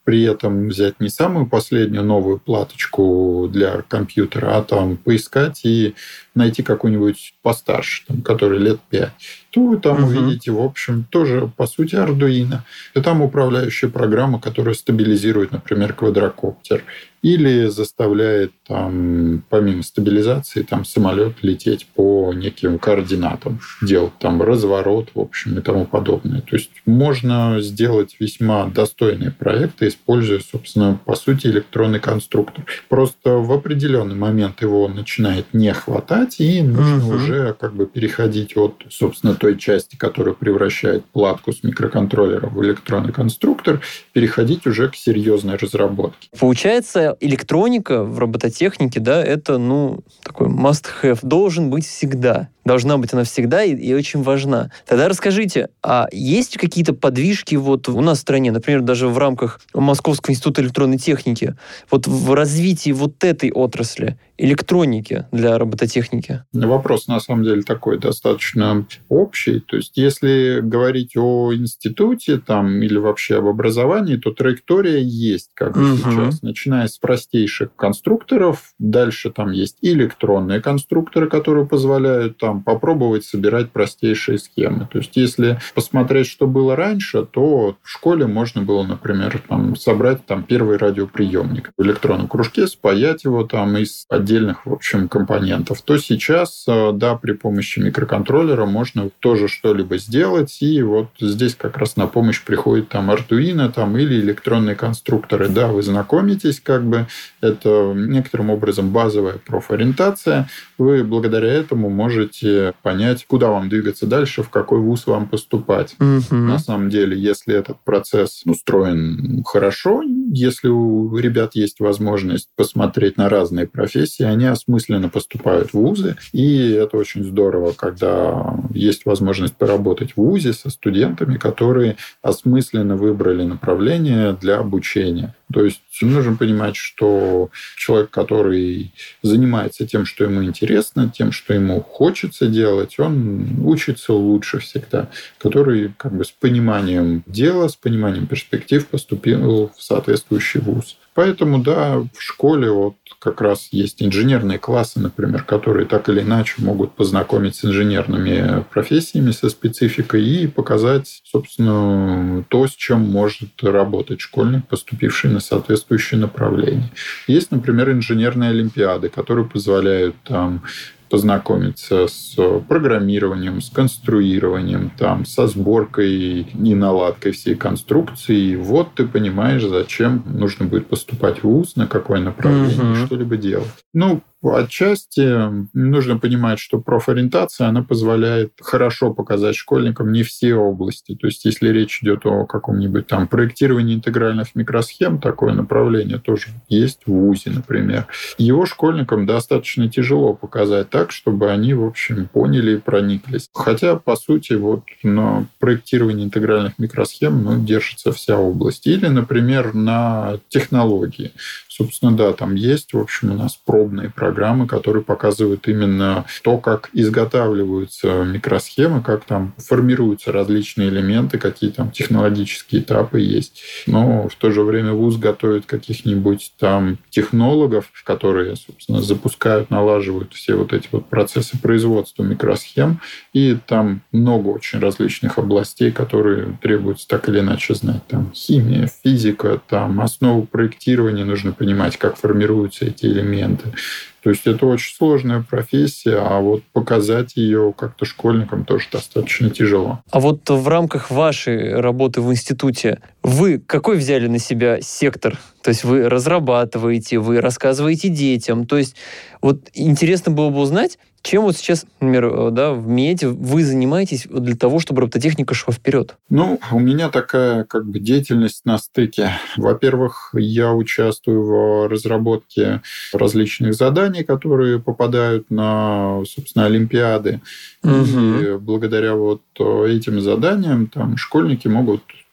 при этом взять не самую последнюю новую платочку для компьютера, а там поискать и найти какую-нибудь постарше, там, который лет пять, то вы там угу. увидите, в общем, тоже, по сути, Arduino. И там управляющая программа, которая стабилизирует, например, квадрокоптер. Или заставляет, там, помимо стабилизации, там, самолет лететь по неким координатам, делать там разворот, в общем, и тому подобное. То есть можно сделать весьма достойные проекты, используя, собственно, по сути, электронный конструктор. Просто в определенный момент его начинает не хватать, и нужно угу. уже как бы переходить от, собственно, той части, которая превращает платку с микроконтроллера в электронный конструктор, переходить уже к серьезной разработке. Получается, электроника в робототехнике, да, это, ну, такой must-have, должен быть всегда. Должна быть она всегда и, и очень важна. Тогда расскажите, а есть какие-то подвижки вот у нас в стране, например, даже в рамках Московского института электронной техники, вот в развитии вот этой отрасли, электроники для робототехники? Вопрос, на самом деле, такой достаточно общий. То есть, если говорить о институте там, или вообще об образовании, то траектория есть как бы угу. сейчас. Начиная с простейших конструкторов, дальше там есть электронные конструкторы, которые позволяют там попробовать собирать простейшие схемы. То есть, если посмотреть, что было раньше, то в школе можно было, например, там, собрать там, первый радиоприемник в электронном кружке, спаять его там из отдельных, в общем, компонентов. То сейчас, да, при помощи микроконтроллера можно тоже что-либо сделать, и вот здесь как раз на помощь приходит там Arduino там, или электронные конструкторы. Да, вы знакомитесь, как бы, это некоторым образом базовая профориентация. Вы благодаря этому можете понять, куда вам двигаться дальше, в какой вуз вам поступать. Mm-hmm. На самом деле, если этот процесс устроен хорошо, если у ребят есть возможность посмотреть на разные профессии, они осмысленно поступают в вузы, и это очень здорово, когда есть возможность поработать в вузе со студентами, которые осмысленно выбрали направление для обучения. То есть нужно понимать, что человек, который занимается тем, что ему интересно, тем, что ему хочется делать, он учится лучше всегда, который как бы с пониманием дела, с пониманием перспектив поступил в соответствующий вуз. Поэтому, да, в школе вот как раз есть инженерные классы, например, которые так или иначе могут познакомить с инженерными профессиями, со спецификой и показать, собственно, то, с чем может работать школьник, поступивший на соответствующее направление. Есть, например, инженерные олимпиады, которые позволяют там познакомиться с программированием, с конструированием, там, со сборкой и наладкой всей конструкции. И вот ты понимаешь, зачем нужно будет поступать в вуз, на какое направление, угу. что-либо делать. Ну, отчасти нужно понимать, что профориентация, она позволяет хорошо показать школьникам не все области. То есть, если речь идет о каком-нибудь там проектировании интегральных микросхем, такое направление тоже есть в вузе, например. Его школьникам достаточно тяжело показать так, чтобы они, в общем, поняли и прониклись. Хотя, по сути, вот на проектировании интегральных микросхем ну, держится вся область. Или, например, на технологии. Собственно, да, там есть, в общем, у нас пробные программы, которые показывают именно то, как изготавливаются микросхемы, как там формируются различные элементы, какие там технологические этапы есть. Но в то же время вуз готовит каких-нибудь там технологов, которые, собственно, запускают, налаживают все вот эти вот процессы производства микросхем. И там много очень различных областей, которые требуется так или иначе знать. Там химия, физика, там основу проектирования нужно понимать, понимать, как формируются эти элементы. То есть это очень сложная профессия, а вот показать ее как-то школьникам тоже достаточно тяжело. А вот в рамках вашей работы в институте вы какой взяли на себя сектор? То есть вы разрабатываете, вы рассказываете детям. То есть вот интересно было бы узнать, чем вот сейчас, например, да, в МИЭТе вы занимаетесь для того, чтобы робототехника шла вперед? Ну, у меня такая как бы деятельность на стыке. Во-первых, я участвую в разработке различных заданий, которые попадают на, собственно, олимпиады. Угу. И благодаря вот этим заданиям там школьники могут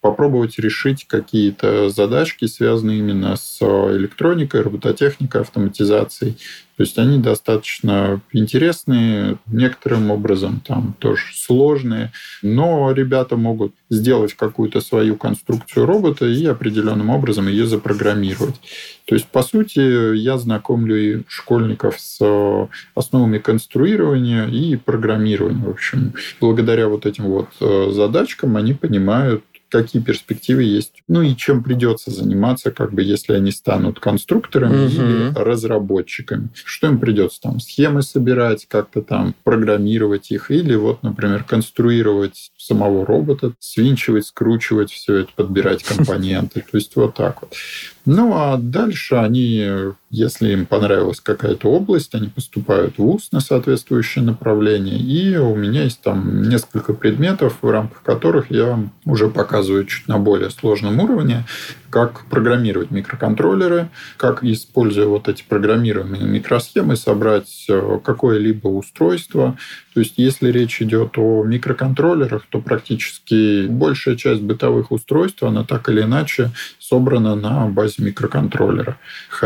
попробовать решить какие-то задачки, связанные именно с электроникой, робототехникой, автоматизацией. То есть они достаточно интересные, некоторым образом там тоже сложные, но ребята могут сделать какую-то свою конструкцию робота и определенным образом ее запрограммировать. То есть, по сути, я знакомлю и школьников с основами конструирования и программирования. В общем, благодаря вот этим вот задачкам они понимают, какие перспективы есть, ну и чем придется заниматься, как бы, если они станут конструкторами угу. или разработчиками. Что им придется там схемы собирать, как-то там программировать их, или вот, например, конструировать самого робота, свинчивать, скручивать все это, подбирать компоненты. То есть вот так вот. Ну, а дальше они, если им понравилась какая-то область, они поступают в вуз на соответствующее направление. И у меня есть там несколько предметов, в рамках которых я уже показываю чуть на более сложном уровне, как программировать микроконтроллеры, как, используя вот эти программируемые микросхемы, собрать какое-либо устройство. То есть, если речь идет о микроконтроллерах, то практически большая часть бытовых устройств, она так или иначе собрана на базе микроконтроллера.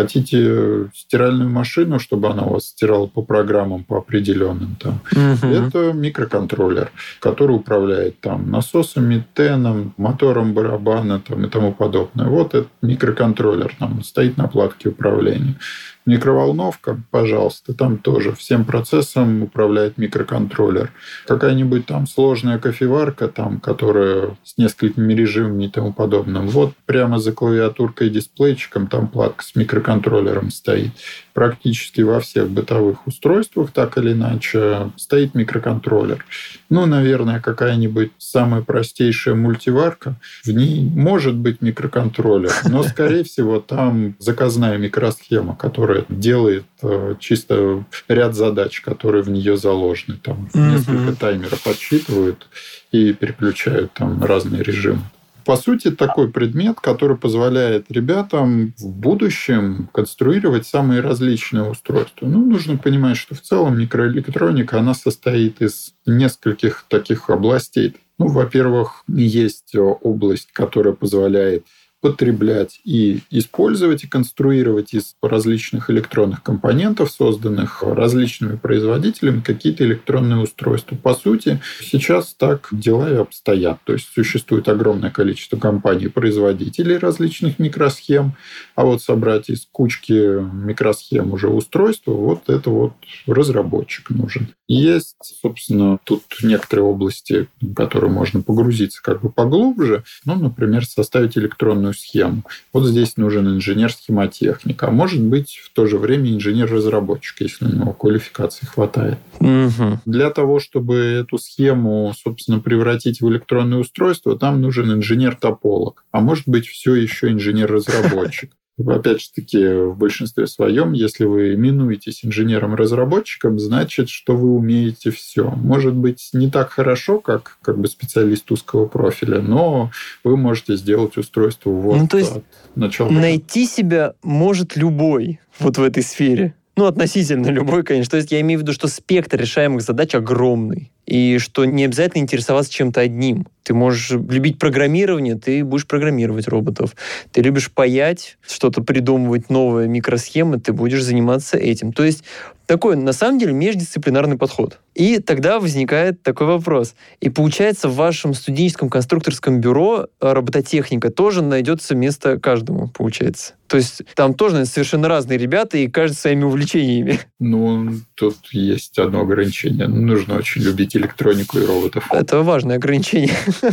Хотите стиральную машину, чтобы она у вас стирала по программам, по определенным, там, угу. это микроконтроллер, который управляет там насосами, теном, мотором барабана там, и тому подобное. Вот этот микроконтроллер там стоит на платке управления. Микроволновка, пожалуйста, там тоже всем процессом управляет микроконтроллер. Какая-нибудь там сложная кофеварка, там, которая с несколькими режимами и тому подобным. Вот прямо за клавиатуркой и дисплейчиком там платка с микроконтроллером стоит. Практически во всех бытовых устройствах, так или иначе, стоит микроконтроллер. Ну, наверное, какая-нибудь самая простейшая мультиварка, в ней может быть микроконтроллер, но, скорее всего, там заказная микросхема, которая делает чисто ряд задач, которые в нее заложены. Там mm-hmm. несколько таймеров отсчитывают и переключают там разные режимы. По сути, такой предмет, который позволяет ребятам в будущем конструировать самые различные устройства. Ну, нужно понимать, что в целом микроэлектроника, она состоит из нескольких таких областей. Ну, во-первых, есть область, которая позволяет потреблять и использовать, и конструировать из различных электронных компонентов, созданных различными производителями, какие-то электронные устройства. По сути, сейчас так дела и обстоят. То есть существует огромное количество компаний-производителей различных микросхем, а вот собрать из кучки микросхем уже устройство, вот это вот разработчик нужен. Есть, собственно, тут некоторые области, в которые можно погрузиться как бы поглубже, ну, например, составить электронную схему. Вот здесь нужен инженер-схемотехник, а может быть в то же время инженер-разработчик, если у него квалификации хватает. Угу. Для того, чтобы эту схему, собственно, превратить в электронное устройство, там нужен инженер-тополог, а может быть все еще инженер-разработчик. Опять же таки, в большинстве своем, если вы именуетесь инженером-разработчиком, значит, что вы умеете все. Может быть, не так хорошо, как, как бы специалист узкого профиля, но вы можете сделать устройство вот ну, то есть от начала. Найти себя может любой вот в этой сфере. Ну, относительно любой, конечно. То есть я имею в виду, что спектр решаемых задач огромный. И что не обязательно интересоваться чем-то одним. Ты можешь любить программирование, ты будешь программировать роботов. Ты любишь паять, что-то придумывать, новые микросхемы, ты будешь заниматься этим. То есть такой, на самом деле, междисциплинарный подход. И тогда возникает такой вопрос. И получается, в вашем студенческом конструкторском бюро робототехника тоже найдется место каждому, получается. То есть там тоже, наверное, совершенно разные ребята, и каждый своими увлечениями. Ну, тут есть одно ограничение. Нужно очень любить электронику и роботов. Это важное ограничение.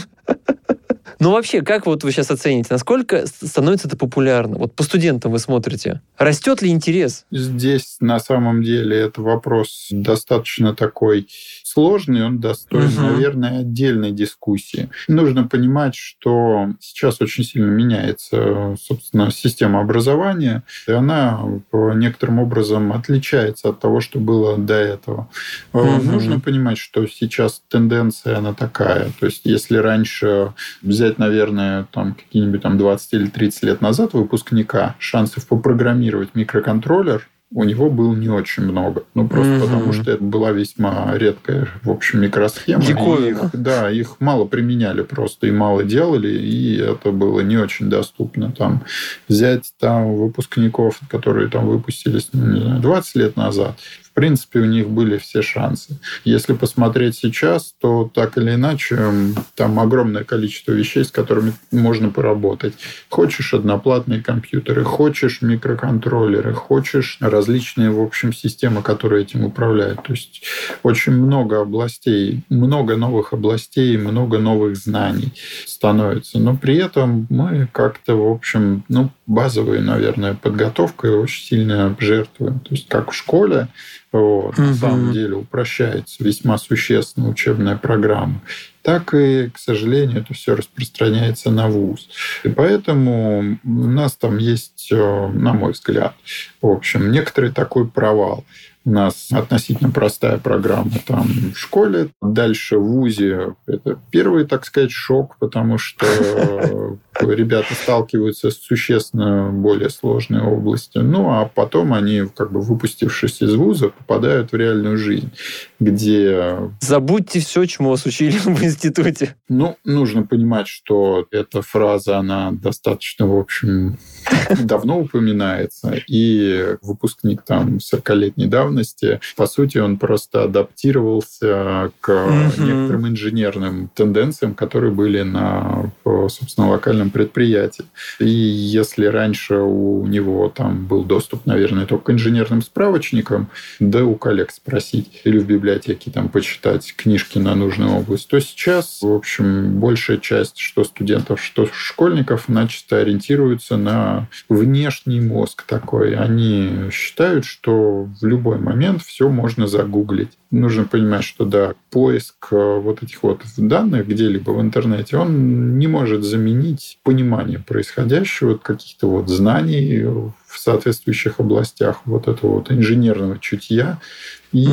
Ну, вообще, как вот вы сейчас оцените, насколько становится это популярно? Вот по студентам вы смотрите. Растет ли интерес? Здесь, на самом деле, это вопрос достаточно такой сложный, он достоин, угу. наверное, отдельной дискуссии. Нужно понимать, что сейчас очень сильно меняется, собственно, система образования, и она некоторым образом отличается от того, что было до этого. Угу. Нужно понимать, что сейчас тенденция, она такая. То есть, если раньше взять, наверное, там, какие-нибудь там двадцать или тридцать лет назад выпускника, шансов попрограммировать микроконтроллер у него было не очень много. Ну, просто mm-hmm. потому что это была весьма редкая, в общем, микросхема. Диковина. Их, да, их мало применяли просто и мало делали, и это было не очень доступно. Там, взять там выпускников, которые там выпустились, ну, не знаю, двадцать лет назад, в принципе, у них были все шансы. Если посмотреть сейчас, то так или иначе там огромное количество вещей, с которыми можно поработать. Хочешь одноплатные компьютеры, хочешь микроконтроллеры, хочешь различные, в общем, системы, которые этим управляют. То есть очень много областей, много новых областей, много новых знаний становится. Но при этом мы как-то, в общем, ну, базовой, наверное, подготовкой очень сильно жертвуем. То есть как в школе, вот, mm-hmm. на самом деле упрощается весьма существенно учебная программа, так и, к сожалению, это все распространяется на вуз. И поэтому у нас там есть, на мой взгляд, в общем, некоторый такой провал. У нас относительно простая программа там в школе. Дальше в вузе это первый, так сказать, шок, потому что ребята сталкиваются с существенно более сложной областью. Ну, а потом они, как бы выпустившись из вуза, попадают в реальную жизнь, где... Забудьте все, чему вас учили в институте. Ну, нужно понимать, что эта фраза, она достаточно, в общем, давно упоминается. И выпускник там сорокалетней давности, по сути, он просто адаптировался к mm-hmm. некоторым инженерным тенденциям, которые были на, собственно, локальном предприятии. И если раньше у него там был доступ, наверное, только к инженерным справочникам, да у коллег спросить или в библиотеке там почитать книжки на нужную область, то сейчас, в общем, большая часть что студентов, что школьников начисто ориентируются на внешний мозг такой. Они считают, что в любой момент все можно загуглить. Нужно понимать, что да, поиск вот этих вот данных где-либо в интернете, он не может заменить понимание происходящего, каких-то вот знаний в соответствующих областях вот этого вот инженерного чутья. И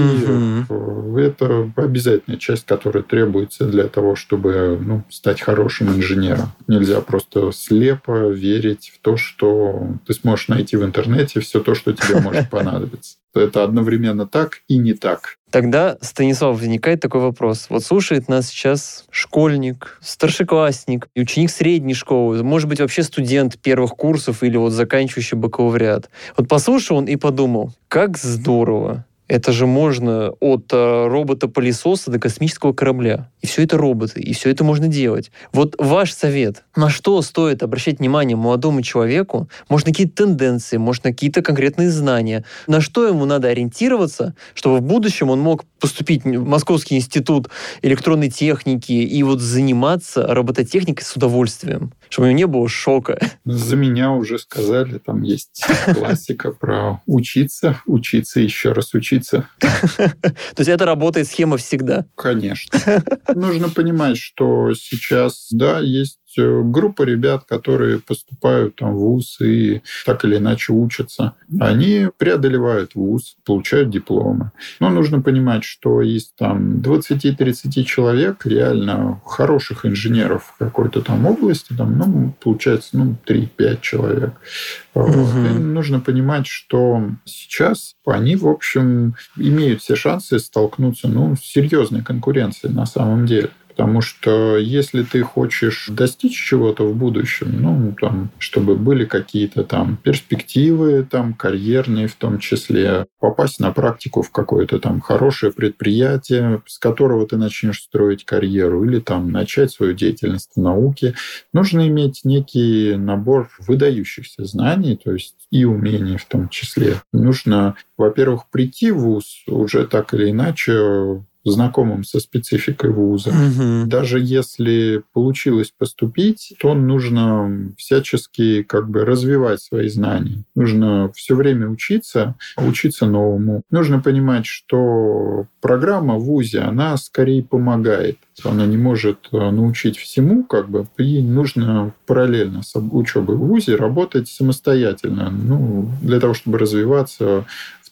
угу. это обязательная часть, которая требуется для того, чтобы ну, стать хорошим инженером. Нельзя просто слепо верить в то, что ты сможешь найти в интернете все то, что тебе может понадобиться. Это одновременно так и не так. Тогда, Станислав, возникает такой вопрос. Вот слушает нас сейчас школьник, старшеклассник, и ученик средней школы, может быть, вообще студент первых курсов или вот заканчивающий бакалавриат. Вот послушал он и подумал, как здорово. Это же можно от э, робота-пылесоса до космического корабля. И все это роботы, и все это можно делать. Вот ваш совет. На что стоит обращать внимание молодому человеку? Может, на какие-то тенденции, может, на какие-то конкретные знания. На что ему надо ориентироваться, чтобы в будущем он мог поступить в Московский институт электронной техники и вот заниматься робототехникой с удовольствием, чтобы у него не было шока. За меня уже сказали, там есть классика про учиться, учиться, еще раз учиться. То есть это работает схема всегда? Конечно. Нужно понимать, что сейчас, да, есть группа ребят, которые поступают там в вуз и так или иначе учатся. Они преодолевают вуз, получают дипломы. Но нужно понимать, что из там двадцати-тридцати человек реально хороших инженеров в какой-то там области, там, ну, получается, ну, три-пять человек. Угу. И нужно понимать, что сейчас они, в общем, имеют все шансы столкнуться, ну, с серьезной конкуренцией на самом деле. Потому что если ты хочешь достичь чего-то в будущем, ну, там, чтобы были какие-то там перспективы, там, карьерные в том числе, попасть на практику в какое-то там хорошее предприятие, с которого ты начнешь строить карьеру, или там начать свою деятельность в науке, нужно иметь некий набор выдающихся знаний, то есть и умений в том числе. Нужно, во-первых, прийти в вуз уже так или иначе знакомым со спецификой вуза. Угу. Даже если получилось поступить, то нужно всячески как бы развивать свои знания. Нужно все время учиться, учиться новому. Нужно понимать, что программа в вузе, она скорее помогает. Она не может научить всему, как бы, и нужно параллельно с учебой в вузе работать самостоятельно, ну, для того, чтобы развиваться в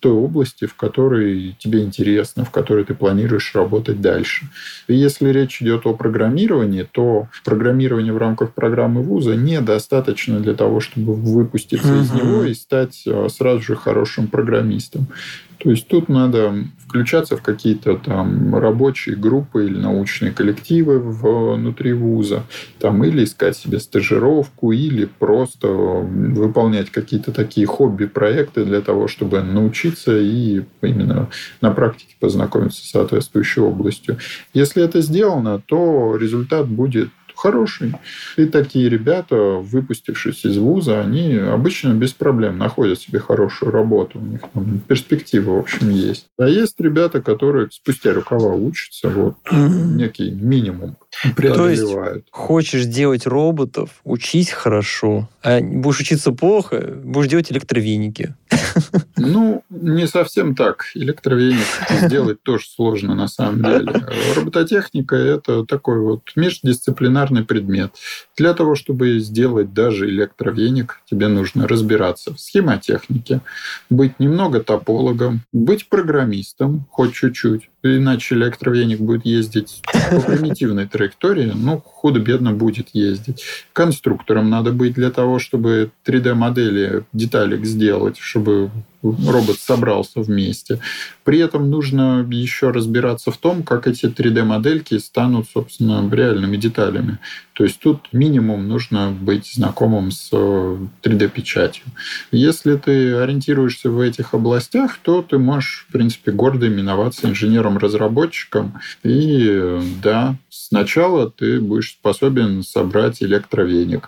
той области, в которой тебе интересно, в которой ты планируешь работать дальше. И если речь идет о программировании, то программирование в рамках программы вуза недостаточно для того, чтобы выпуститься uh-huh. из него и стать сразу же хорошим программистом. То есть тут надо включаться в какие-то там рабочие группы или научные коллективы внутри вуза, там, или искать себе стажировку, или просто выполнять какие-то такие хобби-проекты для того, чтобы научиться и именно на практике познакомиться с соответствующей областью. Если это сделано, то результат будет хороший. И такие ребята, выпустившись из вуза, они обычно без проблем находят себе хорошую работу. У них там перспективы, в общем, есть. А есть ребята, которые спустя рукава учатся, вот, некий минимум преодолевают. То есть, хочешь делать роботов, учись хорошо. А будешь учиться плохо, будешь делать электровеники. Ну, не совсем так. Электровеник сделать тоже сложно на самом деле. Робототехника – это такой вот междисциплинарный предмет. Для того, чтобы сделать даже электровеник, тебе нужно разбираться в схемотехнике, быть немного топологом, быть программистом, хоть чуть-чуть. Иначе электровеник будет ездить по примитивной траектории, ну, худо-бедно будет ездить. Конструктором надо быть для того, чтобы три дэ-модели деталек сделать, чтобы робот собрался вместе. При этом нужно еще разбираться в том, как эти три дэ-модельки станут, собственно, реальными деталями. То есть тут минимум нужно быть знакомым с три дэ-печатью. Если ты ориентируешься в этих областях, то ты можешь, в принципе, гордо именоваться инженером-разработчиком. И да, сначала ты будешь способен собрать электровеник.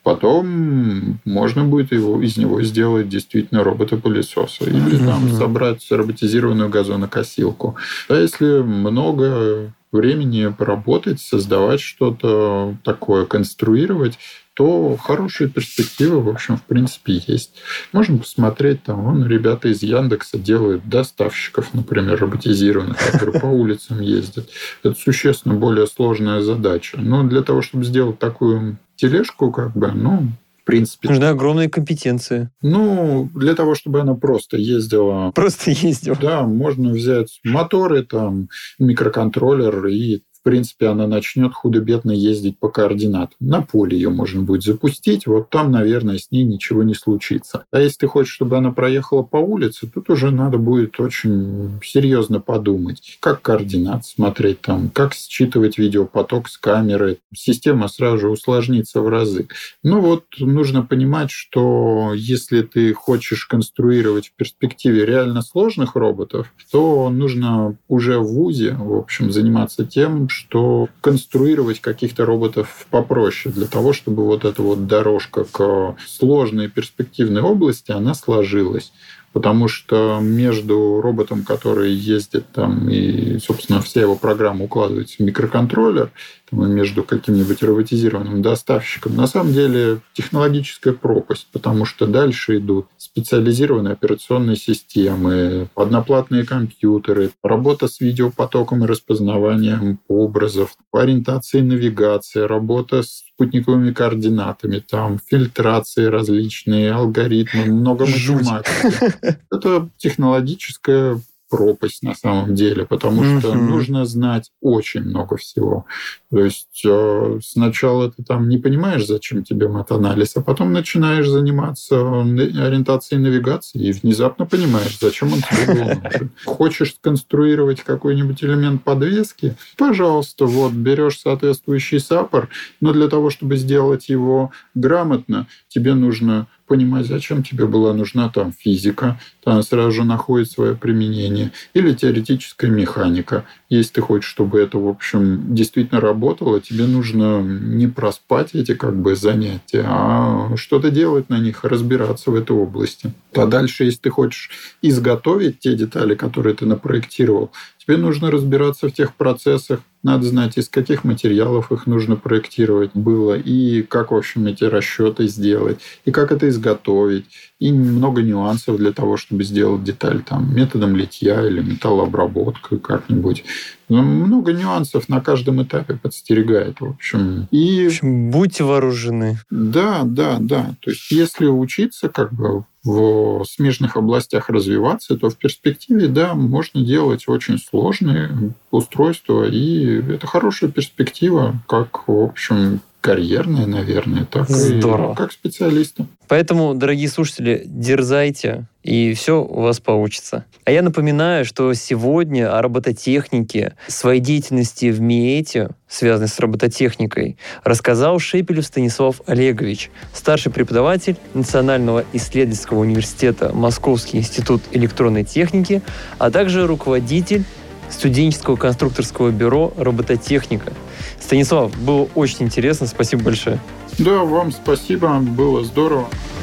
Потом можно будет его, из него сделать действительно робота-пылесоса. Или там mm-hmm. собрать роботизированную газонокосилку. А если много времени поработать, создавать что-то такое, конструировать, то хорошие перспективы, в общем, в принципе, есть. Можно посмотреть, там, вон, ребята из Яндекса делают доставщиков, например, роботизированных, которые по улицам ездят. Это существенно более сложная задача. Но для того, чтобы сделать такую тележку, как бы, ну, в принципе... Нужны огромные компетенции. Ну, для того, чтобы она просто ездила... Просто ездила. Да, можно взять моторы, там, микроконтроллер, и, в принципе, она начнет худо-бедно ездить по координатам. На поле ее можно будет запустить, вот там, наверное, с ней ничего не случится. А если ты хочешь, чтобы она проехала по улице, тут уже надо будет очень серьезно подумать, как координат смотреть, там, как считывать видеопоток с камеры. Система сразу же усложнится в разы. Ну вот, нужно понимать, что если ты хочешь конструировать в перспективе реально сложных роботов, то нужно уже в вузе, в общем, заниматься тем, что конструировать каких-то роботов попроще, для того, чтобы вот эта вот дорожка к сложной перспективной области, она сложилась. Потому что между роботом, который ездит там, и, собственно, вся его программа укладывается в микроконтроллер, там, и между каким-нибудь роботизированным доставщиком, на самом деле технологическая пропасть, потому что дальше идут специализированные операционные системы, одноплатные компьютеры, работа с видеопотоком и распознаванием образов, ориентация и навигация, работа с спутниковыми координатами, там, фильтрации различные, алгоритмы, много математики. Это технологическая пропасть на самом деле, потому что mm-hmm. нужно знать очень много всего. То есть э, сначала ты там не понимаешь, зачем тебе матанализ, а потом начинаешь заниматься ориентацией и навигацией и внезапно понимаешь, зачем он тебе был нужен. Хочешь сконструировать какой-нибудь элемент подвески? Пожалуйста, вот берешь соответствующий саппор, но для того, чтобы сделать его грамотно, тебе нужно понимать, зачем тебе была нужна там физика, там сразу же находит свое применение, или теоретическая механика. Если ты хочешь, чтобы это, в общем, действительно работало, тебе нужно не проспать эти как бы занятия, а что-то делать на них, разбираться в этой области. А дальше, если ты хочешь изготовить те детали, которые ты напроектировал, тебе нужно разбираться в тех процессах, надо знать, из каких материалов их нужно проектировать было, и как, в общем, эти расчеты сделать, и как это изготовить, и много нюансов для того, чтобы сделать деталь там, методом литья или металлообработкой как-нибудь. Но много нюансов на каждом этапе подстерегает, в общем. И... В общем, будьте вооружены. Да, да, да. То есть, если учиться как бы в в смежных областях развиваться, то в перспективе, да, можно делать очень сложные устройства, и это хорошая перспектива, как, в общем, карьерная, наверное, так Здорово. И как специалиста. Поэтому, дорогие слушатели, дерзайте, и все у вас получится. А я напоминаю, что сегодня о робототехнике, своей деятельности в МИЭТе, связанной с робототехникой, рассказал Шепелев Станислав Олегович, старший преподаватель Национального исследовательского университета Московский институт электронной техники, а также руководитель студенческого конструкторского бюро «Робототехника». Станислав, было очень интересно. Спасибо большое. Да, вам спасибо. Было здорово.